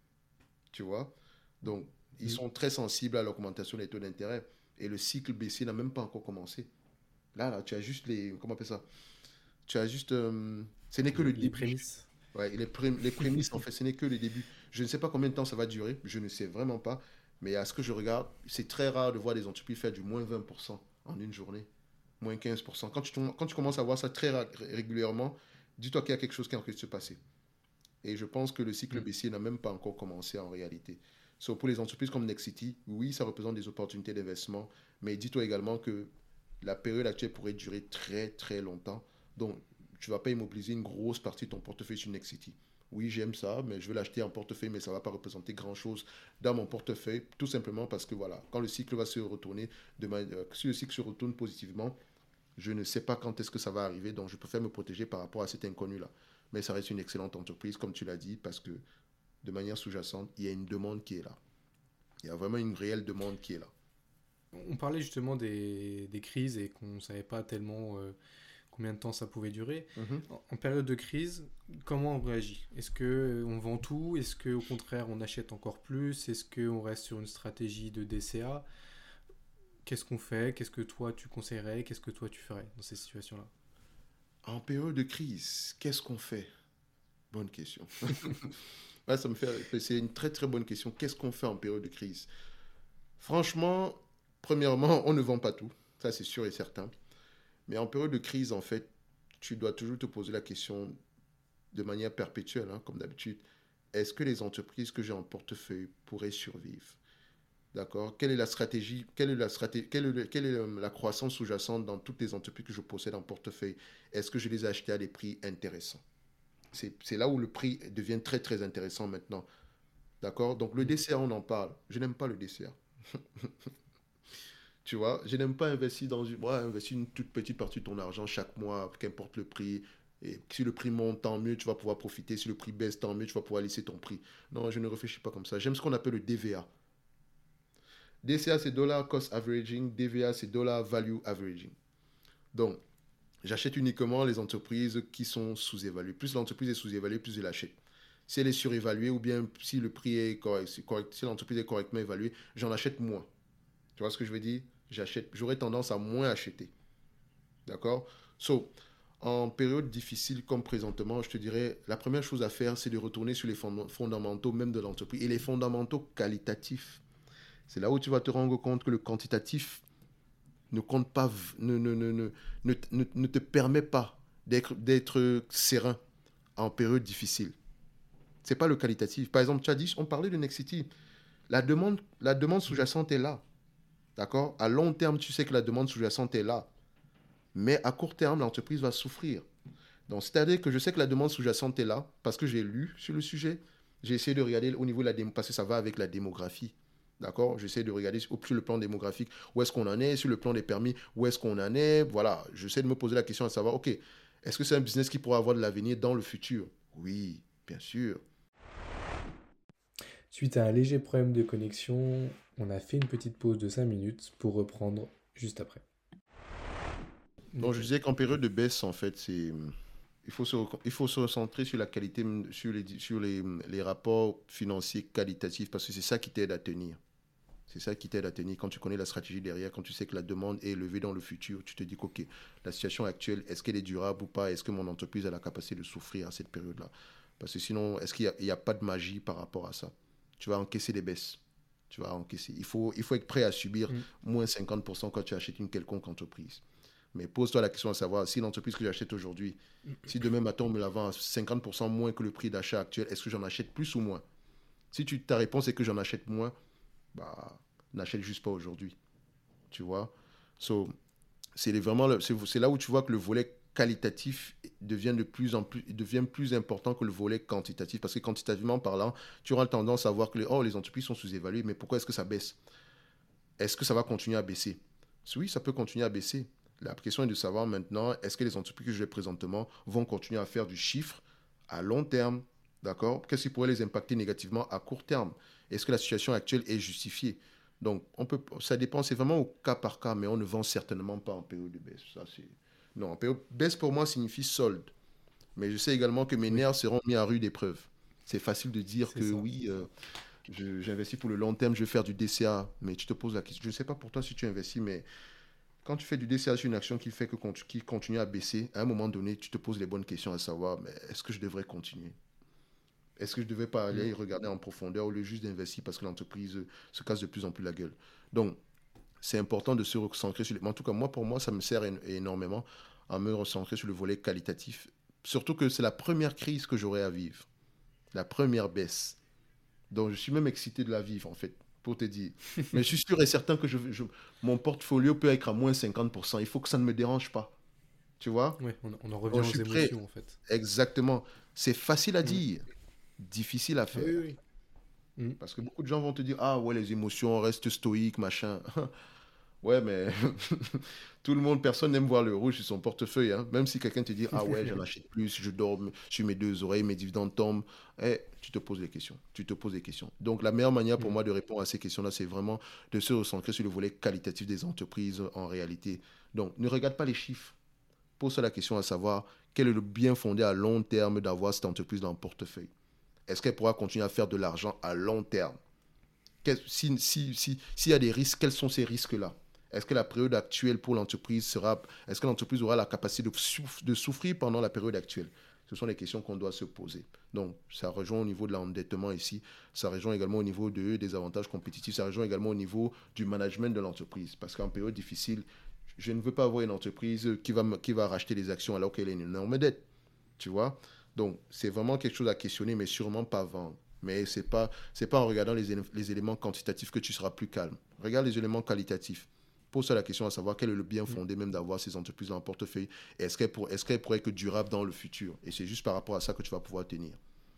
Tu vois? Donc, ils Mm. sont très sensibles à l'augmentation des taux d'intérêt. Et le cycle baissier n'a même pas encore commencé. Là, là, tu as juste les... Comment on appelle ça? Tu as juste... euh, ce n'est que Les, le les début. prémices. Ouais, et les, pré- les prémices, en fait, ce n'est que le début. Je ne sais pas combien de temps ça va durer. Je ne sais vraiment pas. Mais à ce que je regarde, c'est très rare de voir des entreprises faire du moins vingt pour cent en une journée. Moins quinze pour cent. Quand tu, tom- quand tu commences à voir ça très ra- régulièrement, dis-toi qu'il y a quelque chose qui est en train de se passer. Et je pense que le cycle Mm. baissier n'a même pas encore commencé en réalité. So, pour les entreprises comme Nexity, oui, ça représente des opportunités d'investissement, mais dis-toi également que la période actuelle pourrait durer très très longtemps. Donc, tu ne vas pas immobiliser une grosse partie de ton portefeuille sur Nexity. Oui, j'aime ça, mais je vais l'acheter en portefeuille, mais ça ne va pas représenter grand-chose dans mon portefeuille, tout simplement parce que voilà, quand le cycle va se retourner, de manière- euh, si le cycle se retourne positivement, je ne sais pas quand est-ce que ça va arriver, donc je préfère me protéger par rapport à cet inconnu-là. Mais ça reste une excellente entreprise, comme tu l'as dit, parce que de manière sous-jacente, il y a une demande qui est là. Il y a vraiment une réelle demande qui est là. On parlait justement des, des crises et qu'on ne savait pas tellement euh, combien de temps ça pouvait durer. Mhm. En, en période de crise, comment on réagit? Est-ce que euh, on vend tout? Est-ce que au contraire on achète encore plus? Est-ce qu'on reste sur une stratégie de D C A? Qu'est-ce qu'on fait? Qu'est-ce que toi tu conseillerais? Qu'est-ce que toi tu ferais dans ces situations-là? En période de crise, qu'est-ce qu'on fait? Bonne question. Ouais, ça me fait. C'est une très très bonne question. Qu'est-ce qu'on fait en période de crise? Franchement, premièrement, on ne vend pas tout. Ça, c'est sûr et certain. Mais en période de crise, en fait, tu dois toujours te poser la question de manière perpétuelle, hein, comme d'habitude. Est-ce que les entreprises que j'ai en portefeuille pourraient survivre? D'accord? Quelle est la stratégie, quelle est la stratégie, quelle est, le- quelle est euh, la croissance sous-jacente dans toutes les entreprises que je possède en portefeuille? Est-ce que je les ai achetées à des prix intéressants? C'est c'est là où le prix devient très très intéressant maintenant. D'accord? Donc le Mm. D C A, on en parle. Je n'aime pas le D C A. Tu vois, je n'aime pas investir dans une... Ouais, investir une toute petite partie de ton argent chaque mois, qu'importe le prix. Et si le prix monte, tant mieux, tu vas pouvoir profiter. Si le prix baisse, tant mieux, tu vas pouvoir laisser ton prix. Non, je ne réfléchis pas comme ça. J'aime ce qu'on appelle le D V A. D C A, c'est Dollar Cost Averaging. D V A, c'est Dollar Value Averaging. Donc, j'achète uniquement les entreprises qui sont sous-évaluées. Plus l'entreprise est sous-évaluée, plus je l'achète. Si elle est surévaluée ou bien si le prix est correct, si, correct, si l'entreprise est correctement évaluée, j'en achète moins. Tu vois ce que je veux dire? J'achète, j'aurais tendance à moins acheter. D'accord? So, en période difficile comme présentement, je te dirais, la première chose à faire, c'est de retourner sur les fondamentaux même de l'entreprise et les fondamentaux qualitatifs. C'est là où tu vas te rendre compte que le quantitatif ne compte pas, ne, ne, ne, ne, ne, ne, ne te permet pas d'être, d'être serein en période difficile. Ce n'est pas le qualitatif. Par exemple, tu as dit, on parlait de Nexity. La demande, la demande sous-jacente est là. D'accord? À long terme, tu sais que la demande sous-jacente est là. Mais à court terme, l'entreprise va souffrir. Donc, c'est-à-dire que je sais que la demande sous-jacente est là parce que j'ai lu sur le sujet. J'ai essayé de regarder au niveau de la démographie, parce que ça va avec la démographie. D'accord? J'essaie de regarder sur le plan démographique où est-ce qu'on en est, sur le plan des permis, où est-ce qu'on en est. Voilà, j'essaie de me poser la question à savoir, OK, est-ce que c'est un business qui pourra avoir de l'avenir dans le futur? Oui, bien sûr. Suite à un léger problème de connexion, on a fait une petite pause de cinq minutes pour reprendre juste après. Donc, je disais qu'en période de baisse, en fait, c'est... Il faut, se, il faut se recentrer sur la qualité, sur les, sur les, les rapports financiers qualitatifs, parce que c'est ça qui t'aide à tenir. C'est ça qui t'aide à tenir. Quand tu connais la stratégie derrière, quand tu sais que la demande est élevée dans le futur, tu te dis que okay, la situation actuelle, est-ce qu'elle est durable ou pas? Est-ce que mon entreprise a la capacité de souffrir à cette période-là? Parce que sinon, est-ce qu'il n'y a, a pas de magie par rapport à ça? Tu vas encaisser des baisses. Tu vas encaisser. Il faut, il faut être prêt à subir mm. moins cinquante pour cent quand tu achètes une quelconque entreprise. Mais pose-toi la question à savoir, si l'entreprise que j'achète aujourd'hui, si demain matin on me la vend à cinquante pour cent moins que le prix d'achat actuel, est-ce que j'en achète plus ou moins? Si tu, ta réponse est que j'en achète moins, bah, n'achète juste pas aujourd'hui. Tu vois? So, c'est vraiment le, c'est, c'est là où tu vois que le volet qualitatif devient de plus en plus, devient plus important que le volet quantitatif. Parce que quantitativement parlant, tu auras tendance à voir que les, oh, les entreprises sont sous-évaluées, mais pourquoi est-ce que ça baisse? Est-ce que ça va continuer à baisser? Oui, ça peut continuer à baisser. La question est de savoir maintenant, est-ce que les entreprises que j'ai présentement vont continuer à faire du chiffre à long terme? D'accord? Qu'est-ce qui pourrait les impacter négativement à court terme? Est-ce que la situation actuelle est justifiée? Donc, on peut, ça dépend, c'est vraiment au cas par cas, mais on ne vend certainement pas en période de baisse. Ça, c'est... Non, en période baisse pour moi signifie solde. Mais je sais également que mes oui. nerfs seront mis à rude épreuve. C'est facile de dire c'est que ça. oui, euh, je, j'investis pour le long terme, je vais faire du D C A, mais tu te poses la question. Je ne sais pas pour toi si tu investis, mais quand tu fais du D C A sur une action qui fait que qui continue à baisser, à un moment donné, tu te poses les bonnes questions à savoir, mais est-ce que je devrais continuer? Est-ce que je ne devais pas aller regarder en profondeur au lieu juste d'investir parce que l'entreprise se casse de plus en plus la gueule? Donc, c'est important de se recentrer sur les... En tout cas, moi, pour moi, ça me sert énormément à me recentrer sur le volet qualitatif. Surtout que c'est la première crise que j'aurai à vivre. La première baisse. Donc, je suis même excité de la vivre, en fait, pour te dire. Mais je suis sûr et certain que je, je, mon portfolio peut être à moins cinquante pour cent. Il faut que ça ne me dérange pas. Tu vois? Oui, on, on en revient Donc, aux émotions, prêt. En fait. Exactement. C'est facile à mmh. dire. Difficile à faire. Oui, oui. Mmh. Parce que beaucoup de gens vont te dire, ah ouais, les émotions, reste stoïque, machin. Ouais, mais tout le monde, personne n'aime voir le rouge sur son portefeuille. Hein. Même si quelqu'un te dit, ah ouais, j'en achète plus, je dors sur mes deux oreilles, mes dividendes tombent. Eh, tu te poses des questions. Tu te poses des questions. Donc, la meilleure manière pour mmh. moi de répondre à ces questions-là, c'est vraiment de se recentrer sur le volet qualitatif des entreprises en réalité. Donc, ne regarde pas les chiffres. Pose-toi la question à savoir quel est le bien fondé à long terme d'avoir cette entreprise dans le portefeuille. Est-ce qu'elle pourra continuer à faire de l'argent à long terme? S'il si, si, si y a des risques, quels sont ces risques-là? Est-ce que la période actuelle pour l'entreprise sera... Est-ce que l'entreprise aura la capacité de, souff- de souffrir pendant la période actuelle? Ce sont les questions qu'on doit se poser. Donc, ça rejoint au niveau de l'endettement ici. Ça rejoint également au niveau de, des avantages compétitifs. Ça rejoint également au niveau du management de l'entreprise. Parce qu'en période difficile, je ne veux pas avoir une entreprise qui va, qui va racheter des actions alors qu'elle a une énorme dette. Tu vois? Donc, c'est vraiment quelque chose à questionner, mais sûrement pas vendre. Mais ce n'est pas, c'est pas en regardant les, éle- les éléments quantitatifs que tu seras plus calme. Regarde les éléments qualitatifs. Pose-toi la question à savoir quel est le bien fondé même d'avoir ces entreprises dans le portefeuille. Et est-ce qu'elles pour, est-ce qu'elles pourraient être durables dans le futur? Et c'est juste par rapport à ça que tu vas pouvoir tenir.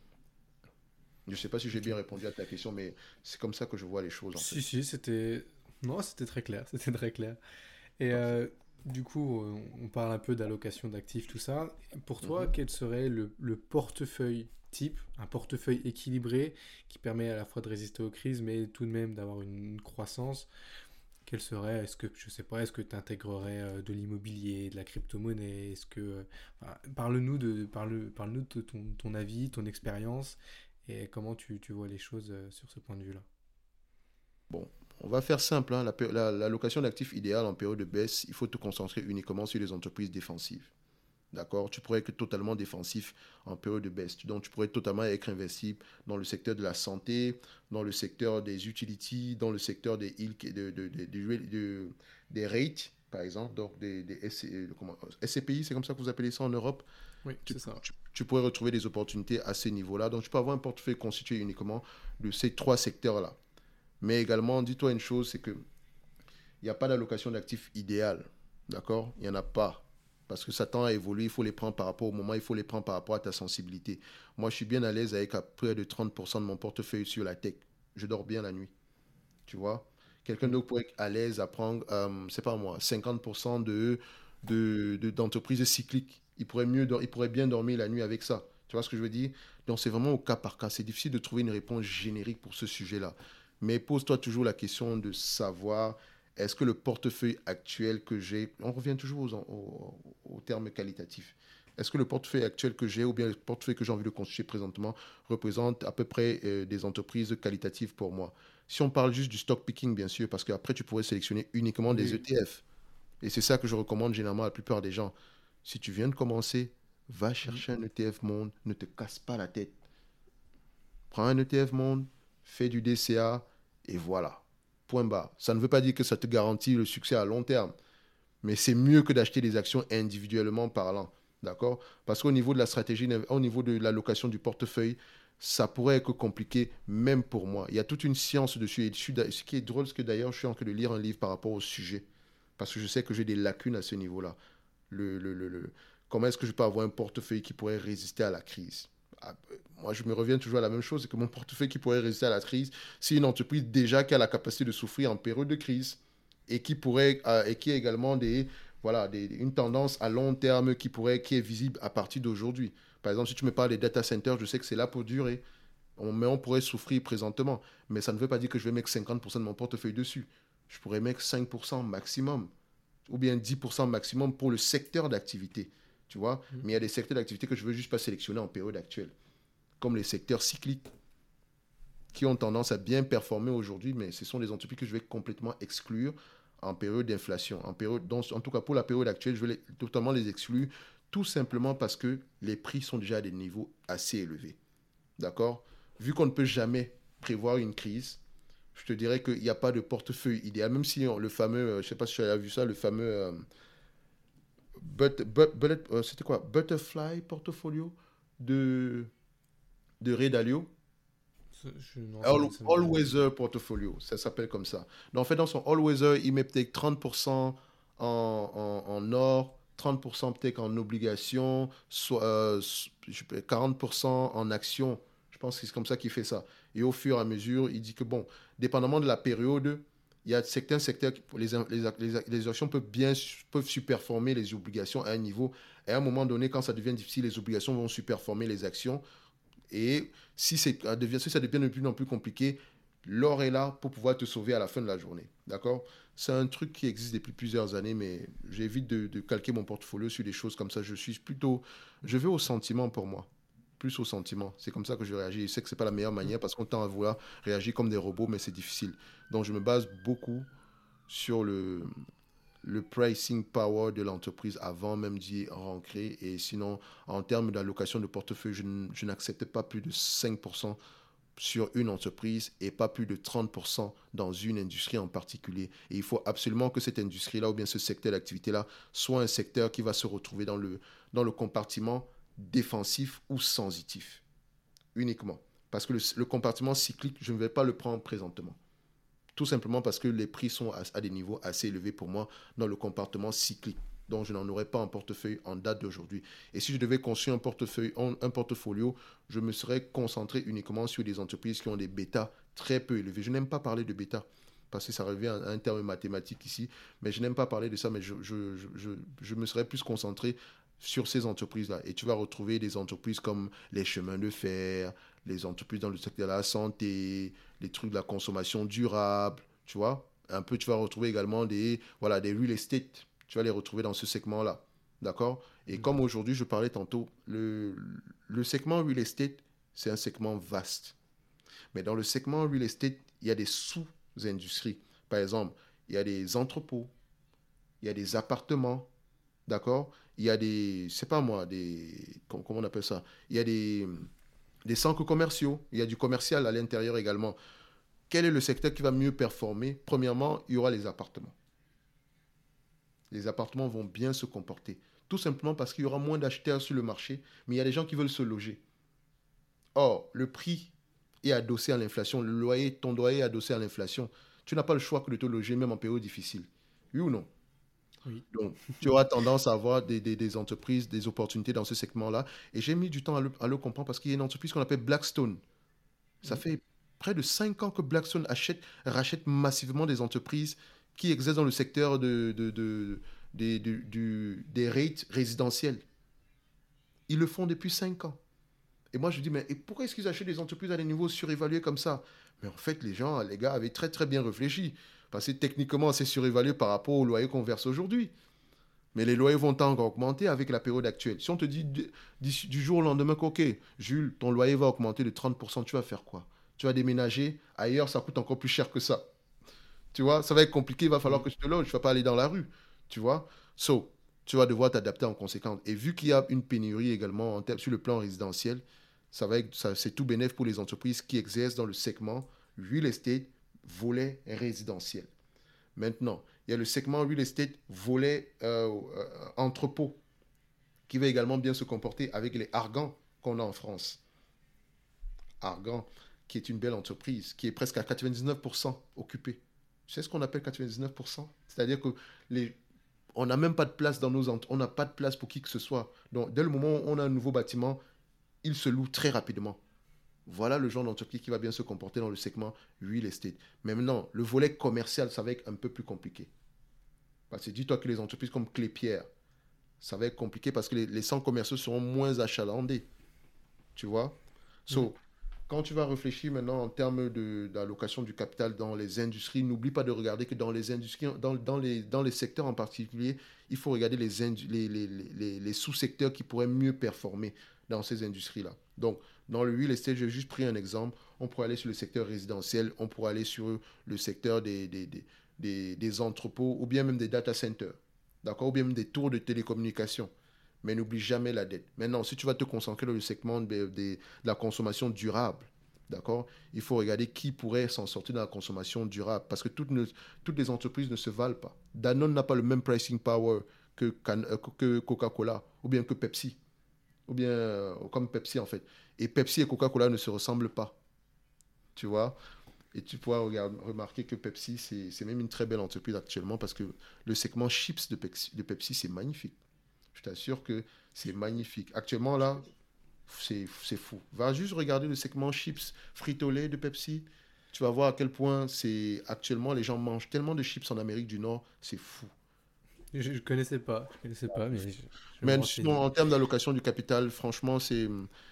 Je ne sais pas si j'ai bien répondu à ta question, mais c'est comme ça que je vois les choses. En si, fait. si, c'était, Non, c'était très clair, c'était très clair. Et Parfait. euh, du coup, euh, on parle un peu d'allocation d'actifs, tout ça. Pour toi, Mhm. quel serait le, le portefeuille type, un portefeuille équilibré qui permet à la fois de résister aux crises, mais tout de même d'avoir une croissance? Quel serait, est-ce que, je sais pas, est-ce que tu intégrerais euh, de l'immobilier, de la crypto-monnaie? Est-ce que, euh, enfin, parle-nous de, parle, parle-nous de ton, ton avis, ton expérience et comment tu, tu vois les choses euh, sur ce point de vue-là. Bon, on va faire simple, hein. La, péri- la- l'allocation d'actifs idéale en période de baisse, il faut te concentrer uniquement sur les entreprises défensives. D'accord? Tu pourrais être totalement défensif en période de baisse. Donc, tu pourrais totalement être investi dans le secteur de la santé, dans le secteur des utilities, dans le secteur des, il- de, de- de- de- de- des rates, par exemple, donc des, des S C euh, comment- S C P I, c'est comme ça que vous appelez ça en Europe. Oui, Tu, c'est ça. tu- tu pourrais retrouver des opportunités à ce niveau-là. Donc, tu peux avoir un portefeuille constitué uniquement de ces trois secteurs-là. Mais également, dis-toi une chose, c'est que il n'y a pas d'allocation d'actifs idéale. D'accord? Il n'y en a pas. Parce que ça tend à évoluer, il faut les prendre par rapport au moment, il faut les prendre par rapport à ta sensibilité. Moi, je suis bien à l'aise avec à près de trente pour cent de mon portefeuille sur la tech. Je dors bien la nuit, tu vois. Quelqu'un Mm. d'autre pourrait être à l'aise à prendre, euh, c'est pas moi, cinquante pour cent de, de, de- d'entreprises cycliques. Il pourrait, mieux, dor- il pourrait bien dormir la nuit avec ça. Tu vois ce que je veux dire? Donc, c'est vraiment au cas par cas. C'est difficile de trouver une réponse générique pour ce sujet-là. Mais pose-toi toujours la question de savoir est-ce que le portefeuille actuel que j'ai, on revient toujours aux, aux, aux termes qualitatifs. Est-ce que le portefeuille actuel que j'ai ou bien le portefeuille que j'ai envie de constituer présentement représente à peu près euh, des entreprises qualitatives pour moi? Si on parle juste du stock picking, bien sûr, parce qu'après, tu pourrais sélectionner uniquement des Oui. E T F. Et c'est ça que je recommande généralement à la plupart des gens. Si tu viens de commencer, va Mm. chercher un E T F monde, ne te casse pas la tête. Prends un E T F monde, fais du D C A, et voilà. Point barre. Ça ne veut pas dire que ça te garantit le succès à long terme, mais c'est mieux que d'acheter des actions individuellement parlant. D'accord? Parce qu'au niveau de la stratégie, au niveau de l'allocation du portefeuille, ça pourrait être compliqué, même pour moi. Il y a toute une science dessus. Et ce qui est drôle, c'est que d'ailleurs, je suis en train de lire un livre par rapport au sujet. Parce que je sais que j'ai des lacunes à ce niveau-là. Le, le, le, le- Comment est-ce que je peux avoir un portefeuille qui pourrait résister à la crise? Ah, euh, moi, je me reviens toujours à la même chose, c'est que mon portefeuille qui pourrait résister à la crise, c'est une entreprise déjà qui a la capacité de souffrir en période de crise et qui pourrait euh, et qui a également des voilà des, une tendance à long terme qui pourrait qui est visible à partir d'aujourd'hui. Par exemple, si tu me parles des data centers, je sais que c'est là pour durer. On, mais on pourrait souffrir présentement, mais ça ne veut pas dire que je vais mettre cinquante pour cent de mon portefeuille dessus. Je pourrais mettre cinq pour cent maximum ou bien dix pour cent maximum pour le secteur d'activité, tu vois. Mm. Mais il y a des secteurs d'activité que je ne veux juste pas sélectionner en période actuelle, comme les secteurs cycliques qui ont tendance à bien performer aujourd'hui, mais ce sont des entreprises que je vais complètement exclure en période d'inflation. En, période, donc, en tout cas, pour la période actuelle, je vais les, totalement les exclure, tout simplement parce que les prix sont déjà à des niveaux assez élevés. D'accord? Vu qu'on ne peut jamais prévoir une crise, je te dirais qu'il n'y a pas de portefeuille idéal, même si on- le fameux, euh, je ne sais pas si tu as vu ça, le fameux euh, but, but, bullet- euh, c'était quoi? Butterfly Portfolio de, de Ray Dalio. Ça, je- non, ça All, me, ça me dit All rien. Weather Portfolio, ça s'appelle comme ça. Donc, en fait, dans son All Weather, il met peut-être trente pour cent en, en, en or, trente pour cent peut-être en obligations, soit, euh, je peux- quarante pour cent en actions. Je pense que c'est comme ça qu'il fait ça. Et au fur et à mesure, il dit que, bon, dépendamment de la période, il y a certains secteurs, qui- les, les, les, les actions peuvent bien peuvent superformer les obligations à un niveau. Et à un moment donné, quand ça devient difficile, les obligations vont superformer les actions. Et si, c'est, si ça devient de plus en plus compliqué, l'or est là pour pouvoir te sauver à la fin de la journée. D'accord? C'est un truc qui existe depuis plusieurs années, mais j'évite de, de calquer mon portfolio sur des choses comme ça. Je suis plutôt. Je vais au sentiment pour moi. Plus au sentiment. C'est comme ça que je réagis. Je sais que ce n'est pas la meilleure Mm. manière parce qu'on tend à vouloir réagir comme des robots, mais c'est difficile. Donc je me base beaucoup sur le, le pricing power de l'entreprise avant même d'y rentrer. Et sinon, en termes d'allocation de portefeuille, je, je n'accepte pas plus de cinq pour cent sur une entreprise et pas plus de trente pour cent dans une industrie en particulier. Et il faut absolument que cette industrie-là ou bien ce secteur d'activité-là soit un secteur qui va se retrouver dans le, dans le compartiment défensif ou sensitif uniquement. Parce que le, le compartiment cyclique, je ne vais pas le prendre présentement. Tout simplement parce que les prix sont à, à des niveaux assez élevés pour moi dans le compartiment cyclique. Donc, je n'en aurais pas en portefeuille en date d'aujourd'hui. Et si je devais construire un portefeuille, un, un portfolio, je me serais concentré uniquement sur des entreprises qui ont des bêtas très peu élevés. Je n'aime pas parler de bêta parce que ça revient à un terme mathématique ici, mais je n'aime pas parler de ça, mais je, je, je, je, je me serais plus concentré sur ces entreprises-là. Et tu vas retrouver des entreprises comme les chemins de fer, les entreprises dans le secteur de la santé, les trucs de la consommation durable, tu vois. Un peu, tu vas retrouver également des, voilà, des real estate. Tu vas les retrouver dans ce segment-là. D'accord? Et Mm. comme aujourd'hui, je parlais tantôt, le, le segment real estate, c'est un segment vaste. Mais dans le segment real estate, il y a des sous-industries. Par exemple, il y a des entrepôts, il y a des appartements, d'accord? Il y a des, je sais pas moi, des, comment on appelle ça? Il y a des, des centres commerciaux, il y a du commercial à l'intérieur également. Quel est le secteur qui va mieux performer? Premièrement, il y aura les appartements. Les appartements vont bien se comporter. Tout simplement parce qu'il y aura moins d'acheteurs sur le marché, mais il y a des gens qui veulent se loger. Or, le prix est adossé à l'inflation, le loyer, ton loyer est adossé à l'inflation. Tu n'as pas le choix que de te loger même en période difficile. Oui ou non? Oui. Donc, tu auras tendance à avoir des, des, des entreprises, des opportunités dans ce segment-là. Et j'ai mis du temps à le, à le comprendre parce qu'il y a une entreprise qu'on appelle Blackstone. Ça Mm. fait près de cinq ans que Blackstone achète, rachète massivement des entreprises qui exercent dans le secteur de, de, de, des- du- du- des rates résidentiels. Ils le font depuis cinq ans. Et moi, je dis, mais et pourquoi est-ce qu'ils achètent des entreprises à des niveaux surévalués comme ça? Mais en fait, les gens, les gars, avaient très très bien réfléchi. Parce que techniquement, c'est surévalué par rapport aux loyers qu'on verse aujourd'hui. Mais les loyers vont encore augmenter avec la période actuelle. Si on te dit du, du jour au lendemain qu'ok, Jules, ton loyer va augmenter de trente pour cent, tu vas faire quoi? Tu vas déménager ailleurs, ça coûte encore plus cher que ça. Tu vois, ça va être compliqué, il va falloir Mm. que tu te loges, tu ne vas pas aller dans la rue. Tu vois? So, tu vas devoir t'adapter en conséquence. Et vu qu'il y a une pénurie également en termes- sur le plan résidentiel, ça va être, ça, c'est tout bénéf pour les entreprises qui exercent dans le segment real estate, volet résidentiel. Maintenant, il y a le segment real estate, volet euh, euh, entrepôt, qui va également bien se comporter avec les Argan qu'on a en France. Argan, qui est une belle entreprise, qui est presque à quatre-vingt-dix-neuf pour cent occupée. Tu sais ce qu'on appelle quatre-vingt-dix-neuf pour cent? C'est-à-dire que les, on n'a même pas de place dans nos entreprises, on n'a pas de place pour qui que ce soit. Donc, dès le moment où on a un nouveau bâtiment, il se loue très rapidement. Voilà le genre d'entreprise qui va bien se comporter dans le segment real estate. Mais maintenant, le volet commercial, ça va être un peu plus compliqué. Parce que dis-toi que les entreprises comme Clépierre, ça va être compliqué parce que les, les centres commerciaux seront moins achalandés. Tu vois? Mm. So, quand tu vas réfléchir maintenant en termes de, d'allocation du capital dans les industries, n'oublie pas de regarder que dans les industries, dans, dans les, dans les secteurs en particulier, il faut regarder les, indu- les, les, les, les sous-secteurs qui pourraient mieux performer dans ces industries-là. Donc, dans le real estate, j'ai juste pris un exemple. On pourrait aller sur le secteur résidentiel, on pourrait aller sur le secteur des, des, des, des, des entrepôts ou bien même des data centers, d'accord, ou bien même des tours de télécommunications. Mais n'oublie jamais la dette. Maintenant, si tu vas te concentrer dans le segment de, de- de la consommation durable, d'accord, il faut regarder qui pourrait s'en sortir dans la consommation durable. Parce que toutes, ne- toutes les entreprises ne se valent pas. Danone n'a pas le même pricing power que, Can- euh, que Coca-Cola ou bien que Pepsi. Ou bien euh, comme Pepsi en fait. Et Pepsi et Coca-Cola ne se ressemblent pas. Tu vois? Et tu pourras regarder- remarquer que Pepsi, c'est c'est même une très belle entreprise actuellement parce que le segment chips de Pepsi, de Pepsi c'est magnifique. Je t'assure que c'est magnifique. Actuellement, là, c'est c'est fou. Va juste regarder le segment chips Frito-Lay de Pepsi. Tu vas voir à quel point c'est actuellement les gens mangent tellement de chips en Amérique du Nord, c'est fou. Je, je connaissais pas, je connaissais pas, mais je, je vais me Mais sinon, renseigner. en termes d'allocation du capital, franchement, c'est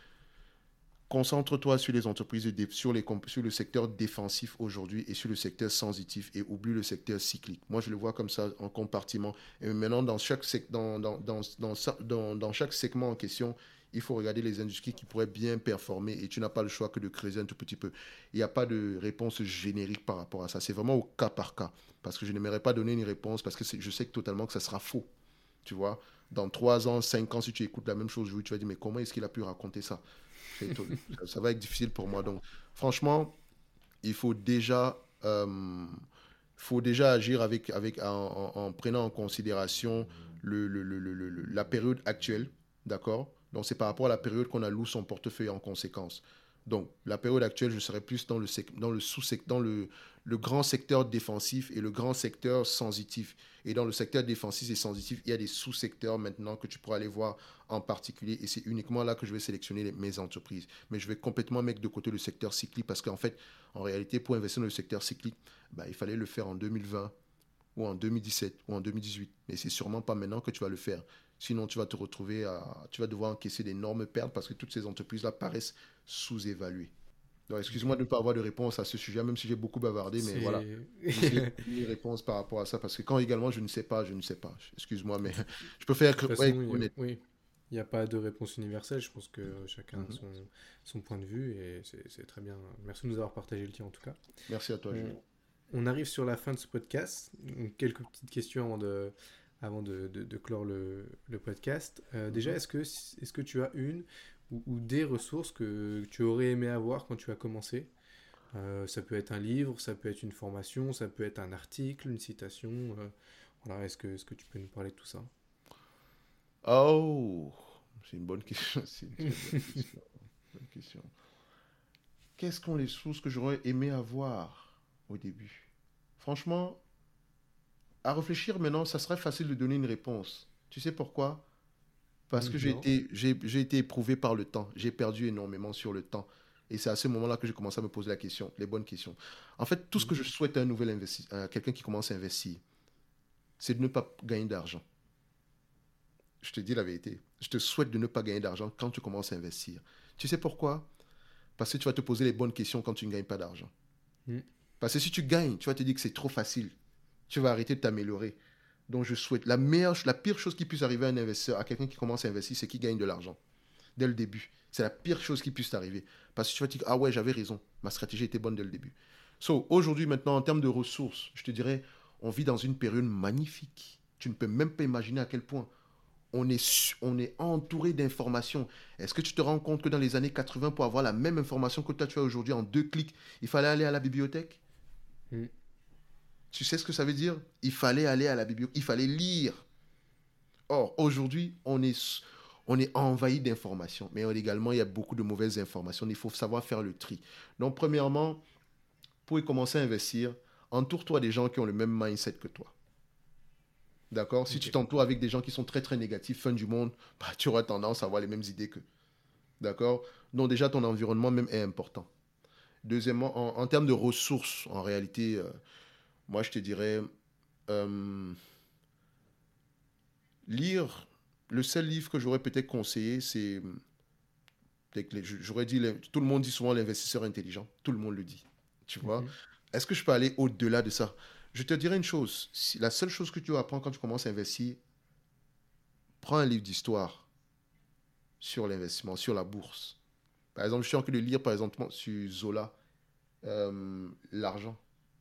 concentre-toi sur les entreprises, dé- sur, les, comp- sur le secteur défensif aujourd'hui et sur le secteur sensitif et oublie le secteur cyclique. Moi, je le vois comme ça en compartiment. Et maintenant, dans chaque, sec- dans, dans, dans, dans, ça- dans- dans chaque segment en question, il faut regarder les industries qui pourraient bien performer et tu n'as pas le choix que de creuser un tout petit peu. Il n'y a pas de réponse générique par rapport à ça. C'est vraiment au cas par cas. Parce que je n'aimerais pas donner une réponse parce que c'est- je sais que totalement que ça sera faux. Tu vois, dans trois ans, cinq ans, si tu écoutes la même chose, tu vas dire, mais comment est-ce qu'il a pu raconter ça? C'est étonnant. Ça, ça va être difficile pour moi. Donc, franchement, il faut déjà, euh, faut déjà agir avec, avec, en, en- en prenant en considération le, le- le- le- le- la période actuelle. D'accord? Donc, c'est par rapport à la période qu'on alloue son portefeuille en conséquence. Donc, la période actuelle, je serais plus dans le, sec- dans le sous-secteur, dans le, le grand secteur défensif et le grand secteur sensitif. Et dans le secteur défensif et sensitif, il y a des sous-secteurs maintenant que tu pourras aller voir en particulier. Et c'est uniquement là que je vais sélectionner les- mes entreprises. Mais je vais complètement mettre de côté le secteur cyclique parce qu'en fait, en réalité, pour investir dans le secteur cyclique, bah, il fallait le faire en deux mille vingt ou en deux mille dix-sept ou en deux mille dix-huit. Mais c'est sûrement pas maintenant que tu vas le faire. Sinon, tu vas te retrouver à... Tu vas devoir encaisser d'énormes pertes parce que toutes ces entreprises-là paraissent sous-évaluées. Donc, excuse-moi de ne pas avoir de réponse à ce sujet, même si j'ai beaucoup bavardé, mais voilà. C'est... J'essaie de donner une réponse par rapport à ça parce que quand également je ne sais pas, je ne sais pas. Excuse-moi, mais je préfère De toute être ouais, façon, il y a- honnête. oui, il n'y a pas de réponse universelle. Je pense que chacun a Mhm. son, son point de vue et c'est c'est très bien. Merci de nous avoir partagé le tien en tout cas. Merci à toi, On, Julien. on arrive sur la fin de ce podcast. Donc, quelques petites questions avant de, avant de, de- de clore le, le podcast. Euh, déjà, Mhm. est-ce que, est-ce que tu as une ou, ou des ressources que tu aurais aimé avoir quand tu as commencé? Euh, ça peut être un livre, ça peut être une formation, ça peut être un article, une citation. euh, voilà, est-ce que, est-ce que tu peux nous parler de tout ça? Oh, c'est une bonne question. C'est une très bonne question. Bonne question. Quelles sont les sources que j'aurais aimé avoir au début? Franchement, à réfléchir maintenant, ça serait facile de donner une réponse. Tu sais pourquoi? Parce que j'ai Non. été, j'ai, j'ai été éprouvé par le temps. J'ai perdu énormément sur le temps. Et c'est à ce moment-là que j'ai commencé à me poser la question, les bonnes questions. En fait, tout ce que Mhm. je souhaite à un nouvel investisseur, à quelqu'un qui commence à investir, c'est de ne pas gagner d'argent. Je te dis la vérité. Je te souhaite de ne pas gagner d'argent quand tu commences à investir. Tu sais pourquoi? Parce que tu vas te poser les bonnes questions quand tu ne gagnes pas d'argent. Mhm. Parce que si tu gagnes, tu vas te dire que c'est trop facile. Tu vas arrêter de t'améliorer. Donc je souhaite, la meilleure, la pire chose qui puisse arriver à un investisseur, à quelqu'un qui commence à investir, c'est qu'il gagne de l'argent dès le début. C'est la pire chose qui puisse t'arriver. Parce que tu vas te dire, ah ouais, j'avais raison. Ma stratégie était bonne dès le début. So, aujourd'hui, maintenant, en termes de ressources, je te dirais, on vit dans une période magnifique. Tu ne peux même pas imaginer à quel point on est, su- on est entouré d'informations. Est-ce que tu te rends compte que dans les années quatre-vingts, pour avoir la même information que toi tu as aujourd'hui en deux clics, il fallait aller à la bibliothèque? Mhm. Tu sais ce que ça veut dire? Il fallait aller à la bibliothèque, il fallait lire. Or, aujourd'hui, on est, on est envahi d'informations, mais également, il y a beaucoup de mauvaises informations. Il faut savoir faire le tri. Donc, premièrement, pour y commencer à investir, entoure-toi des gens qui ont le même mindset que toi. D'accord? Si tu Ok. t'entoures avec des gens qui sont très, très négatifs, fin du monde, bah, tu auras tendance à avoir les mêmes idées qu'eux. D'accord? Donc, déjà, ton environnement même est important. Deuxièmement, en, en termes de ressources, en réalité, euh, moi, je te dirais, euh, lire, le seul livre que j'aurais peut-être conseillé, c'est peut-être que les- j'aurais dit, les- tout le monde dit souvent l'investisseur intelligent. Tout le monde le dit. Tu vois? Mhm. Est-ce que je peux aller au-delà de ça? Je te dirais une chose. Si la seule chose que tu dois apprendre quand tu commences à investir, prends un livre d'histoire sur l'investissement, sur la bourse. Par exemple, je suis en train de lire, par exemple, sur Zola, euh, l'argent.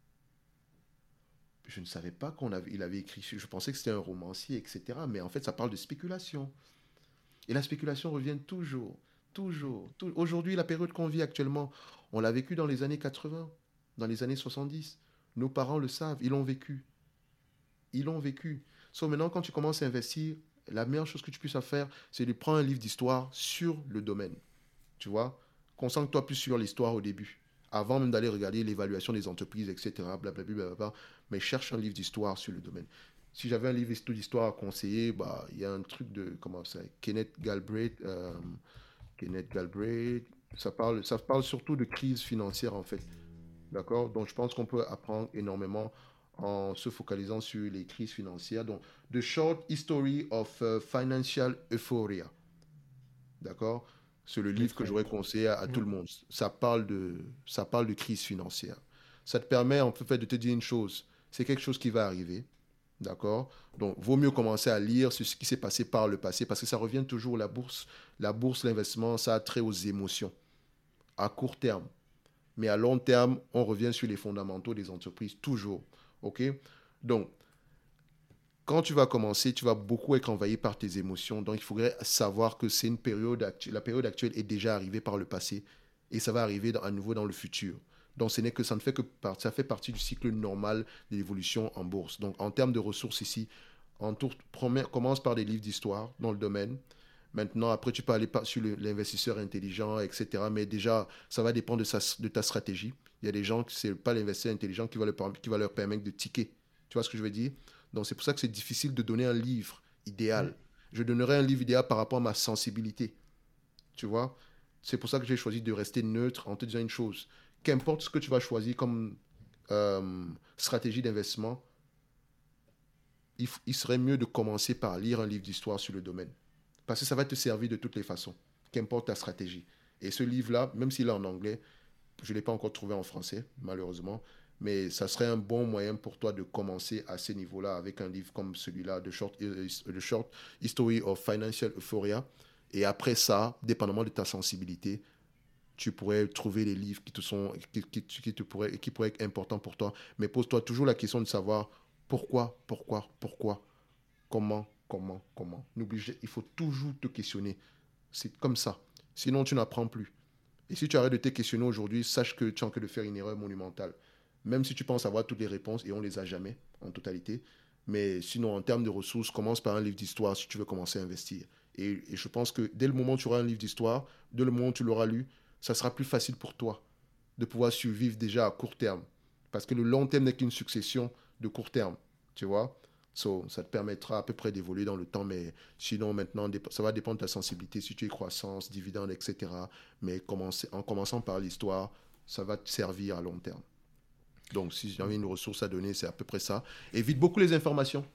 Je ne savais pas qu'on avait, il avait écrit, je pensais que c'était un romancier, et cetera. Mais en fait, ça parle de spéculation. Et la spéculation revient toujours, toujours. Tou- Aujourd'hui, la période qu'on vit actuellement, on l'a vécu dans les années quatre-vingts, dans les années soixante-dix. Nos parents le savent, ils l'ont vécu. Ils l'ont vécu. Sauf maintenant, quand tu commences à investir, la meilleure chose que tu puisses faire, c'est de prendre un livre d'histoire sur le domaine. Tu vois? Concentre-toi plus sur l'histoire au début. Avant même d'aller regarder l'évaluation des entreprises, et cetera. Blablabla, blablabla. Mais cherche un livre d'histoire sur le domaine. Si j'avais un livre d'histoire à conseiller, bah, il y a un truc de, comment ça, Kenneth Galbraith. euh, Kenneth Galbraith. Ça parle, ça parle surtout de crise financière, en fait. D'accord? Donc, je pense qu'on peut apprendre énormément en se focalisant sur les crises financières. Donc, The Short History of uh, Financial Euphoria. D'accord? C'est le Je le livre que ferai. j'aurais conseillé à, à tout Ouais. le monde. Ça parle de, ça parle de crise financière. Ça te permet en fait de te dire une chose. C'est quelque chose qui va arriver. D'accord? Donc, vaut mieux commencer à lire sur ce qui s'est passé par le passé parce que ça revient toujours la bourse. La bourse, l'investissement, ça a trait aux émotions à court terme. Mais à long terme, on revient sur les fondamentaux des entreprises, toujours. OK? Donc, quand tu vas commencer, tu vas beaucoup être envahi par tes émotions. Donc, il faudrait savoir que c'est une période actu- la période actuelle est déjà arrivée par le passé et ça va arriver dans- à nouveau dans le futur. Donc, ce n'est que ça ne fait que par- ça fait partie du cycle normal de l'évolution en bourse. Donc, en termes de ressources ici, en tour, première- commence par des livres d'histoire dans le domaine. Maintenant, après, tu peux aller par- sur le- l'investisseur intelligent, et cetera. Mais déjà, ça va dépendre de, sa, de ta stratégie. Il y a des gens, ce n'est pas l'investisseur intelligent qui va, leur, qui va leur permettre de ticker. Tu vois ce que je veux dire? Donc, c'est pour ça que c'est difficile de donner un livre Mm. idéal. Je donnerai un livre idéal par rapport à ma sensibilité. Tu vois? C'est pour ça que j'ai choisi de rester neutre en te disant une chose. Qu'importe ce que tu vas choisir comme euh, stratégie d'investissement, il, f- il serait mieux de commencer par lire un livre d'histoire sur le domaine. Parce que ça va te servir de toutes les façons, qu'importe ta stratégie. Et ce livre-là, même s'il est en anglais, je ne l'ai pas encore trouvé en français, malheureusement, mais ça serait un bon moyen pour toi de commencer à ce niveau-là avec un livre comme celui-là, The Short, euh, The Short History of Financial Euphoria. Et après ça, dépendamment de ta sensibilité, tu pourrais trouver les livres qui te sont qui, qui, qui te pourraient, qui pourraient être importants pour toi. Mais pose-toi toujours la question de savoir pourquoi, pourquoi, pourquoi, comment, comment, comment. N'oublie, il faut toujours te questionner. C'est comme ça. Sinon, tu n'apprends plus. Et si tu arrêtes de te questionner aujourd'hui, sache que tu es en train de faire une erreur monumentale. Même si tu penses avoir toutes les réponses, et on ne les a jamais en totalité. Mais sinon, en termes de ressources, commence par un livre d'histoire si tu veux commencer à investir. Et, et je pense que dès le moment où tu auras un livre d'histoire, dès le moment où tu l'auras lu, ça sera plus facile pour toi de pouvoir survivre déjà à court terme. Parce que le long terme n'est qu'une succession de court terme. Tu vois? So, ça te permettra à peu près d'évoluer dans le temps, mais sinon, maintenant, ça va dépendre de ta sensibilité, si tu es croissance, dividende, et cetera. Mais commencer, en commençant par l'histoire, ça va te servir à long terme. Donc, si j'avais une ressource à donner, c'est à peu près ça. Évite beaucoup les informations.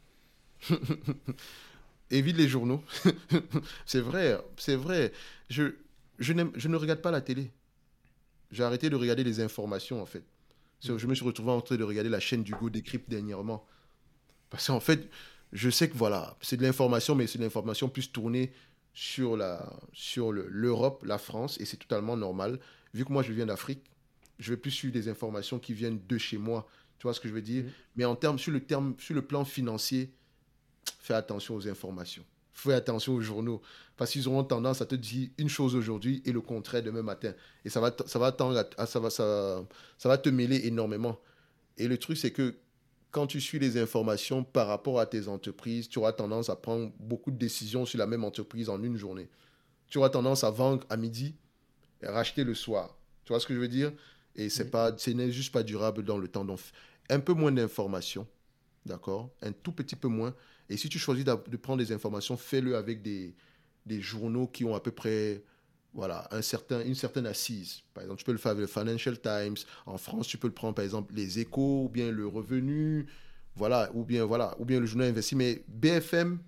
Évite les journaux. C'est vrai, c'est vrai. Je, je, n'aime- je ne regarde pas la télé. J'ai arrêté de regarder les informations, en fait. So, Mm. je me suis retrouvé en train de regarder la chaîne d'Hugo Décrypte dernièrement. Parce qu'en fait, je sais que voilà, c'est de l'information, mais c'est de l'information plus tournée sur la, sur le- l'Europe, la France, et c'est totalement normal. Vu que moi, je viens d'Afrique, je vais plus suivre des informations qui viennent de chez moi. Tu vois ce que je veux dire? Mm. Mais en termes, sur le terme, sur le plan financier, fais attention aux informations. Fais attention aux journaux. Parce qu'ils auront tendance à te dire une chose aujourd'hui et le contraire demain matin. Et ça va, t- ça va, tendre à- à- ça va, ça, ça va te mêler énormément. Et le truc, c'est que quand tu suis les informations par rapport à tes entreprises, tu auras tendance à prendre beaucoup de décisions sur la même entreprise en une journée. Tu auras tendance à vendre à midi et racheter le soir. Tu vois ce que je veux dire? Et c'est Mm. pas, ce n'est juste pas durable dans le temps. Donc, un peu moins d'informations, d'accord? Un tout petit peu moins. Et si tu choisis d'a- de prendre des informations, fais-le avec des, des journaux qui ont à peu près voilà, un certain, une certaine assise. Par exemple, tu peux le faire avec le Financial Times. En France, tu peux le prendre, par exemple, les Échos, ou bien le Revenu, voilà, ou bien, voilà, ou bien le journal investi. Mais B F M,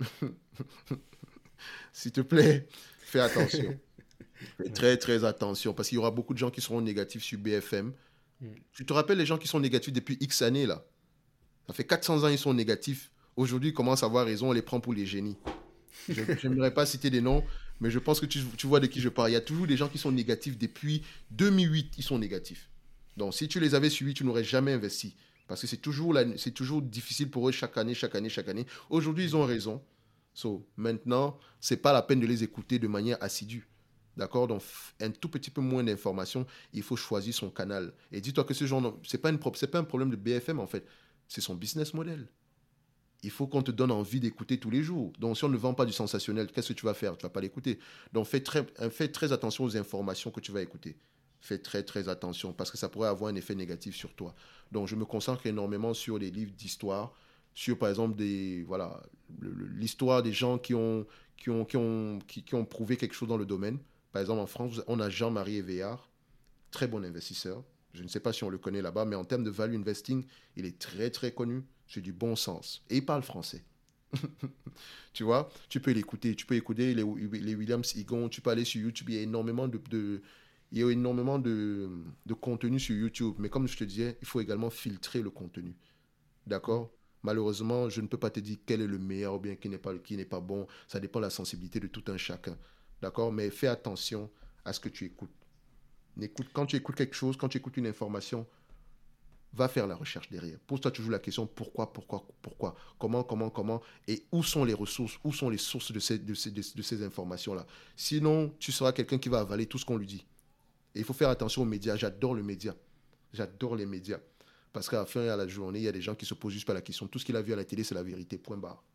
s'il te plaît, fais attention. Fais Ouais. très, très attention, parce qu'il y aura beaucoup de gens qui seront négatifs sur B F M. Mm. Tu te rappelles les gens qui sont négatifs depuis X années, là? Ça fait quatre cents ans ils sont négatifs. Aujourd'hui, ils commencent à avoir raison, on les prend pour les génies. Je n'aimerais pas citer des noms, mais je pense que tu, tu vois de qui je parle. Il y a toujours des gens qui sont négatifs depuis deux mille huit, ils sont négatifs. Donc, si tu les avais suivis, tu n'aurais jamais investi. Parce que c'est toujours, la- c'est toujours difficile pour eux chaque année, chaque année, chaque année. Aujourd'hui, ils ont raison. So, maintenant, c'est pas la peine de les écouter de manière assidue. D'accord? Donc, f- un tout petit peu moins d'informations, il faut choisir son canal. Et dis-toi que ce genre, de- c'est pas, une pro- c'est pas un problème de B F M, en fait. C'est son business model. Il faut qu'on te donne envie d'écouter tous les jours. Donc, si on ne vend pas du sensationnel, qu'est-ce que tu vas faire? Tu vas pas l'écouter. Donc, fais très, euh, fais très attention aux informations que tu vas écouter. Fais très, très attention parce que ça pourrait avoir un effet négatif sur toi. Donc, je me concentre énormément sur les livres d'histoire, sur, par exemple, des, voilà, le- le- l'histoire des gens qui ont, qui, ont, qui, ont, qui, qui ont prouvé quelque chose dans le domaine. Par exemple, en France, on a Jean-Marie Éveillard, très bon investisseur. Je ne sais pas si on le connaît là-bas, mais en termes de value investing, il est très, très connu. C'est du bon sens. Et il parle français. Tu vois, tu peux l'écouter. Tu peux écouter les, les Williams Igon. Tu peux aller sur YouTube. Il y a énormément de, de- il y a énormément de, de contenu sur YouTube. Mais comme je te disais, il faut également filtrer le contenu. Mm. D'accord? Malheureusement, je ne peux pas te dire quel est le meilleur ou bien qui n'est pas, qui n'est pas bon. Ça dépend de la sensibilité de tout un chacun. D'accord? Mais fais attention à ce que tu écoutes. Écoute, quand tu écoutes quelque chose, quand tu écoutes une information, va faire la recherche derrière. Pose-toi toujours la question pourquoi, pourquoi, pourquoi, comment, comment, comment, et où sont les ressources, où sont les sources de ces, de ces, de, de ces informations-là. Sinon, tu seras quelqu'un qui va avaler tout ce qu'on lui dit. Et il faut faire attention aux médias. J'adore le média. J'adore les médias. Parce qu'à la fin de la journée, il y a des gens qui se posent juste pas la question. Tout ce qu'il a vu à la télé, c'est la vérité. Point barre.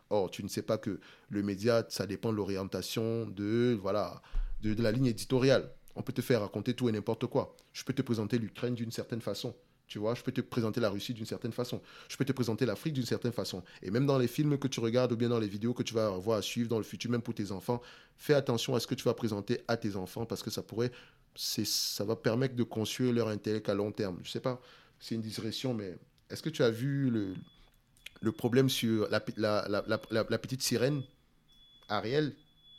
Or, tu ne sais pas que le média, ça dépend de l'orientation, de, voilà, de, de la ligne éditoriale. On peut te faire raconter tout et n'importe quoi. Je peux te présenter l'Ukraine d'une certaine façon. Tu vois, je peux te présenter la Russie d'une certaine façon. Je peux te présenter l'Afrique d'une certaine façon. Et même dans les films que tu regardes ou bien dans les vidéos que tu vas avoir à suivre dans le futur, même pour tes enfants, fais attention à ce que tu vas présenter à tes enfants parce que ça pourrait, c'est, ça va permettre de construire leur intellect à long terme. Je sais pas, c'est une digression, mais est-ce que tu as vu le, le problème sur la, la, la, la, la, la petite sirène, Ariel?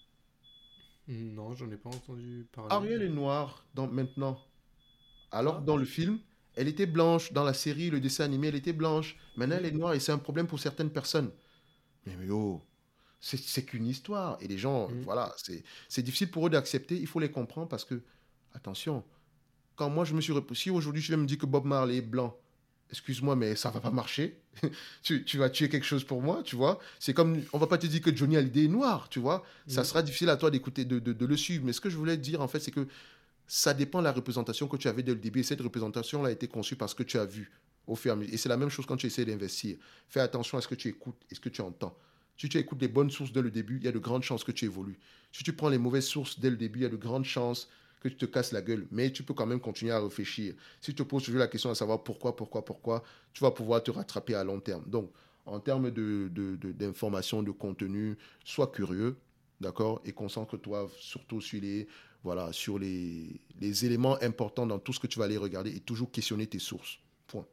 Non, j'en ai pas entendu parler. Ariel est noire dans, maintenant. Alors que Ah, dans le film, elle était blanche. Dans la série, le dessin animé, elle était blanche. Maintenant, elle est mm, noire et c'est un problème pour certaines personnes. Mais, mais oh, c'est c'est qu'une histoire. Et les gens, mm, voilà, c'est c'est difficile pour eux d'accepter. Il faut les comprendre parce que, attention, quand moi je me suis... rep- Si aujourd'hui je vais me dire que Bob Marley est blanc, excuse-moi, mais ça va pas marcher. tu, tu vas tuer quelque chose pour moi, tu vois. C'est comme, on va pas te dire que Johnny Hallyday est noir, tu vois. Ça mm. sera difficile à toi d'écouter, de, de, de le suivre. Mais ce que je voulais dire, en fait, c'est que ça dépend de la représentation que tu avais dès le début. Et cette représentation a été conçue parce que tu as vu au fur et à mesure. Et c'est la même chose quand tu essaies d'investir. Fais attention à ce que tu écoutes et ce que tu entends. Si tu écoutes les bonnes sources dès le début, il y a de grandes chances que tu évolues. Si tu prends les mauvaises sources dès le début, il y a de grandes chances que tu te casses la gueule. Mais tu peux quand même continuer à réfléchir. Si tu te poses toujours la question à savoir pourquoi, pourquoi, pourquoi, tu vas pouvoir te rattraper à long terme. Donc, en termes de, de, de- d'information, de contenu, sois curieux, d'accord? Et concentre-toi surtout sur les, voilà, sur les, les éléments importants dans tout ce que tu vas aller regarder et toujours questionner tes sources. Point.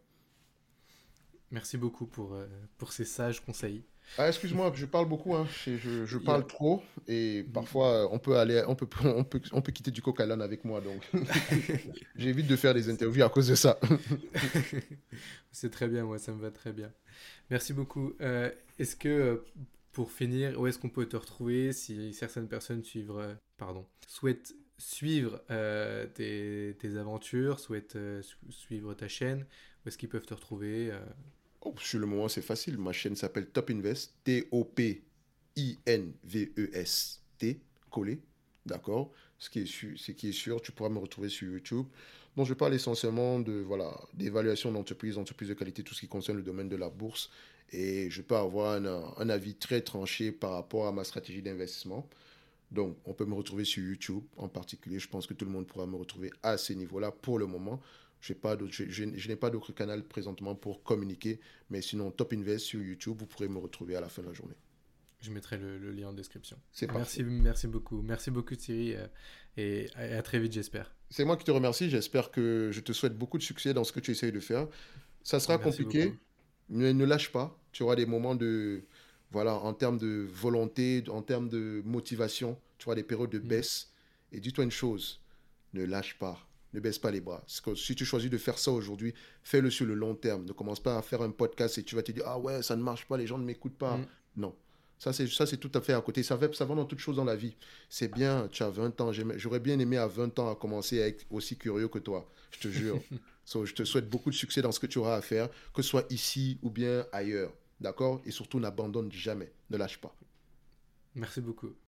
Merci beaucoup pour, euh, pour ces sages conseils. Ah, excuse-moi, je parle beaucoup, hein. Je, je- je Il y a- parle trop et Mm. parfois euh, on peut aller, on peut, on peut, on peut quitter du coq à l'âne avec moi, donc j'évite de faire des C'est interviews à cause de ça. c'est très bien, moi, ça me va très bien. Merci beaucoup. Euh, est-ce que, euh, pour finir, où est-ce qu'on peut te retrouver si certaines personnes suivent, euh, pardon, souhaitent suivre euh, tes, tes aventures, souhaitent euh, su- suivre ta chaîne, où est-ce qu'ils peuvent te retrouver euh, Oh, sur le moment, c'est facile. Ma chaîne s'appelle Top Invest, T O P I N V E S T, collé, d'accord? Ce qui est sûr, ce qui est sûr, tu pourras me retrouver sur YouTube. Donc, je parle essentiellement de, voilà, d'évaluation d'entreprise, d'entreprise de qualité, tout ce qui concerne le domaine de la bourse. Et je peux avoir un, un avis très tranché par rapport à ma stratégie d'investissement. Donc, on peut me retrouver sur YouTube en particulier. Je pense que tout le monde pourra me retrouver à ce niveau-là pour le moment. J'ai pas d'autre- je, je- je n'ai pas d'autre canal présentement pour communiquer, mais sinon, Top Invest sur YouTube, vous pourrez me retrouver à la fin de la journée. Je mettrai le, le lien en description. C'est Merci, parfait. merci beaucoup. Merci beaucoup Thierry euh, et à à très vite j'espère. C'est moi qui te remercie. J'espère que je te souhaite beaucoup de succès dans ce que tu essayes de faire. Ça sera Merci beaucoup. compliqué, mais ne lâche pas. Tu auras des moments de, voilà, en termes de volonté, en termes de motivation, tu auras des périodes de Mm. baisse. Et dis-toi une chose, ne lâche pas, ne baisse pas les bras. Parce que si tu choisis de faire ça aujourd'hui, fais-le sur le long terme. Ne commence pas à faire un podcast et tu vas te dire, ah ouais, ça ne marche pas, les gens ne m'écoutent pas. Mm. Non. Ça, c'est, ça, c'est tout à fait à côté. Ça va, ça va dans toutes choses dans la vie. C'est bien, tu as vingt ans. J'aimais- J'aurais bien aimé à vingt ans à commencer à être aussi curieux que toi. Je te jure. So, je te souhaite beaucoup de succès dans ce que tu auras à faire, que ce soit ici ou bien ailleurs. D'accord? Et surtout, n'abandonne jamais. Ne lâche pas. Merci beaucoup.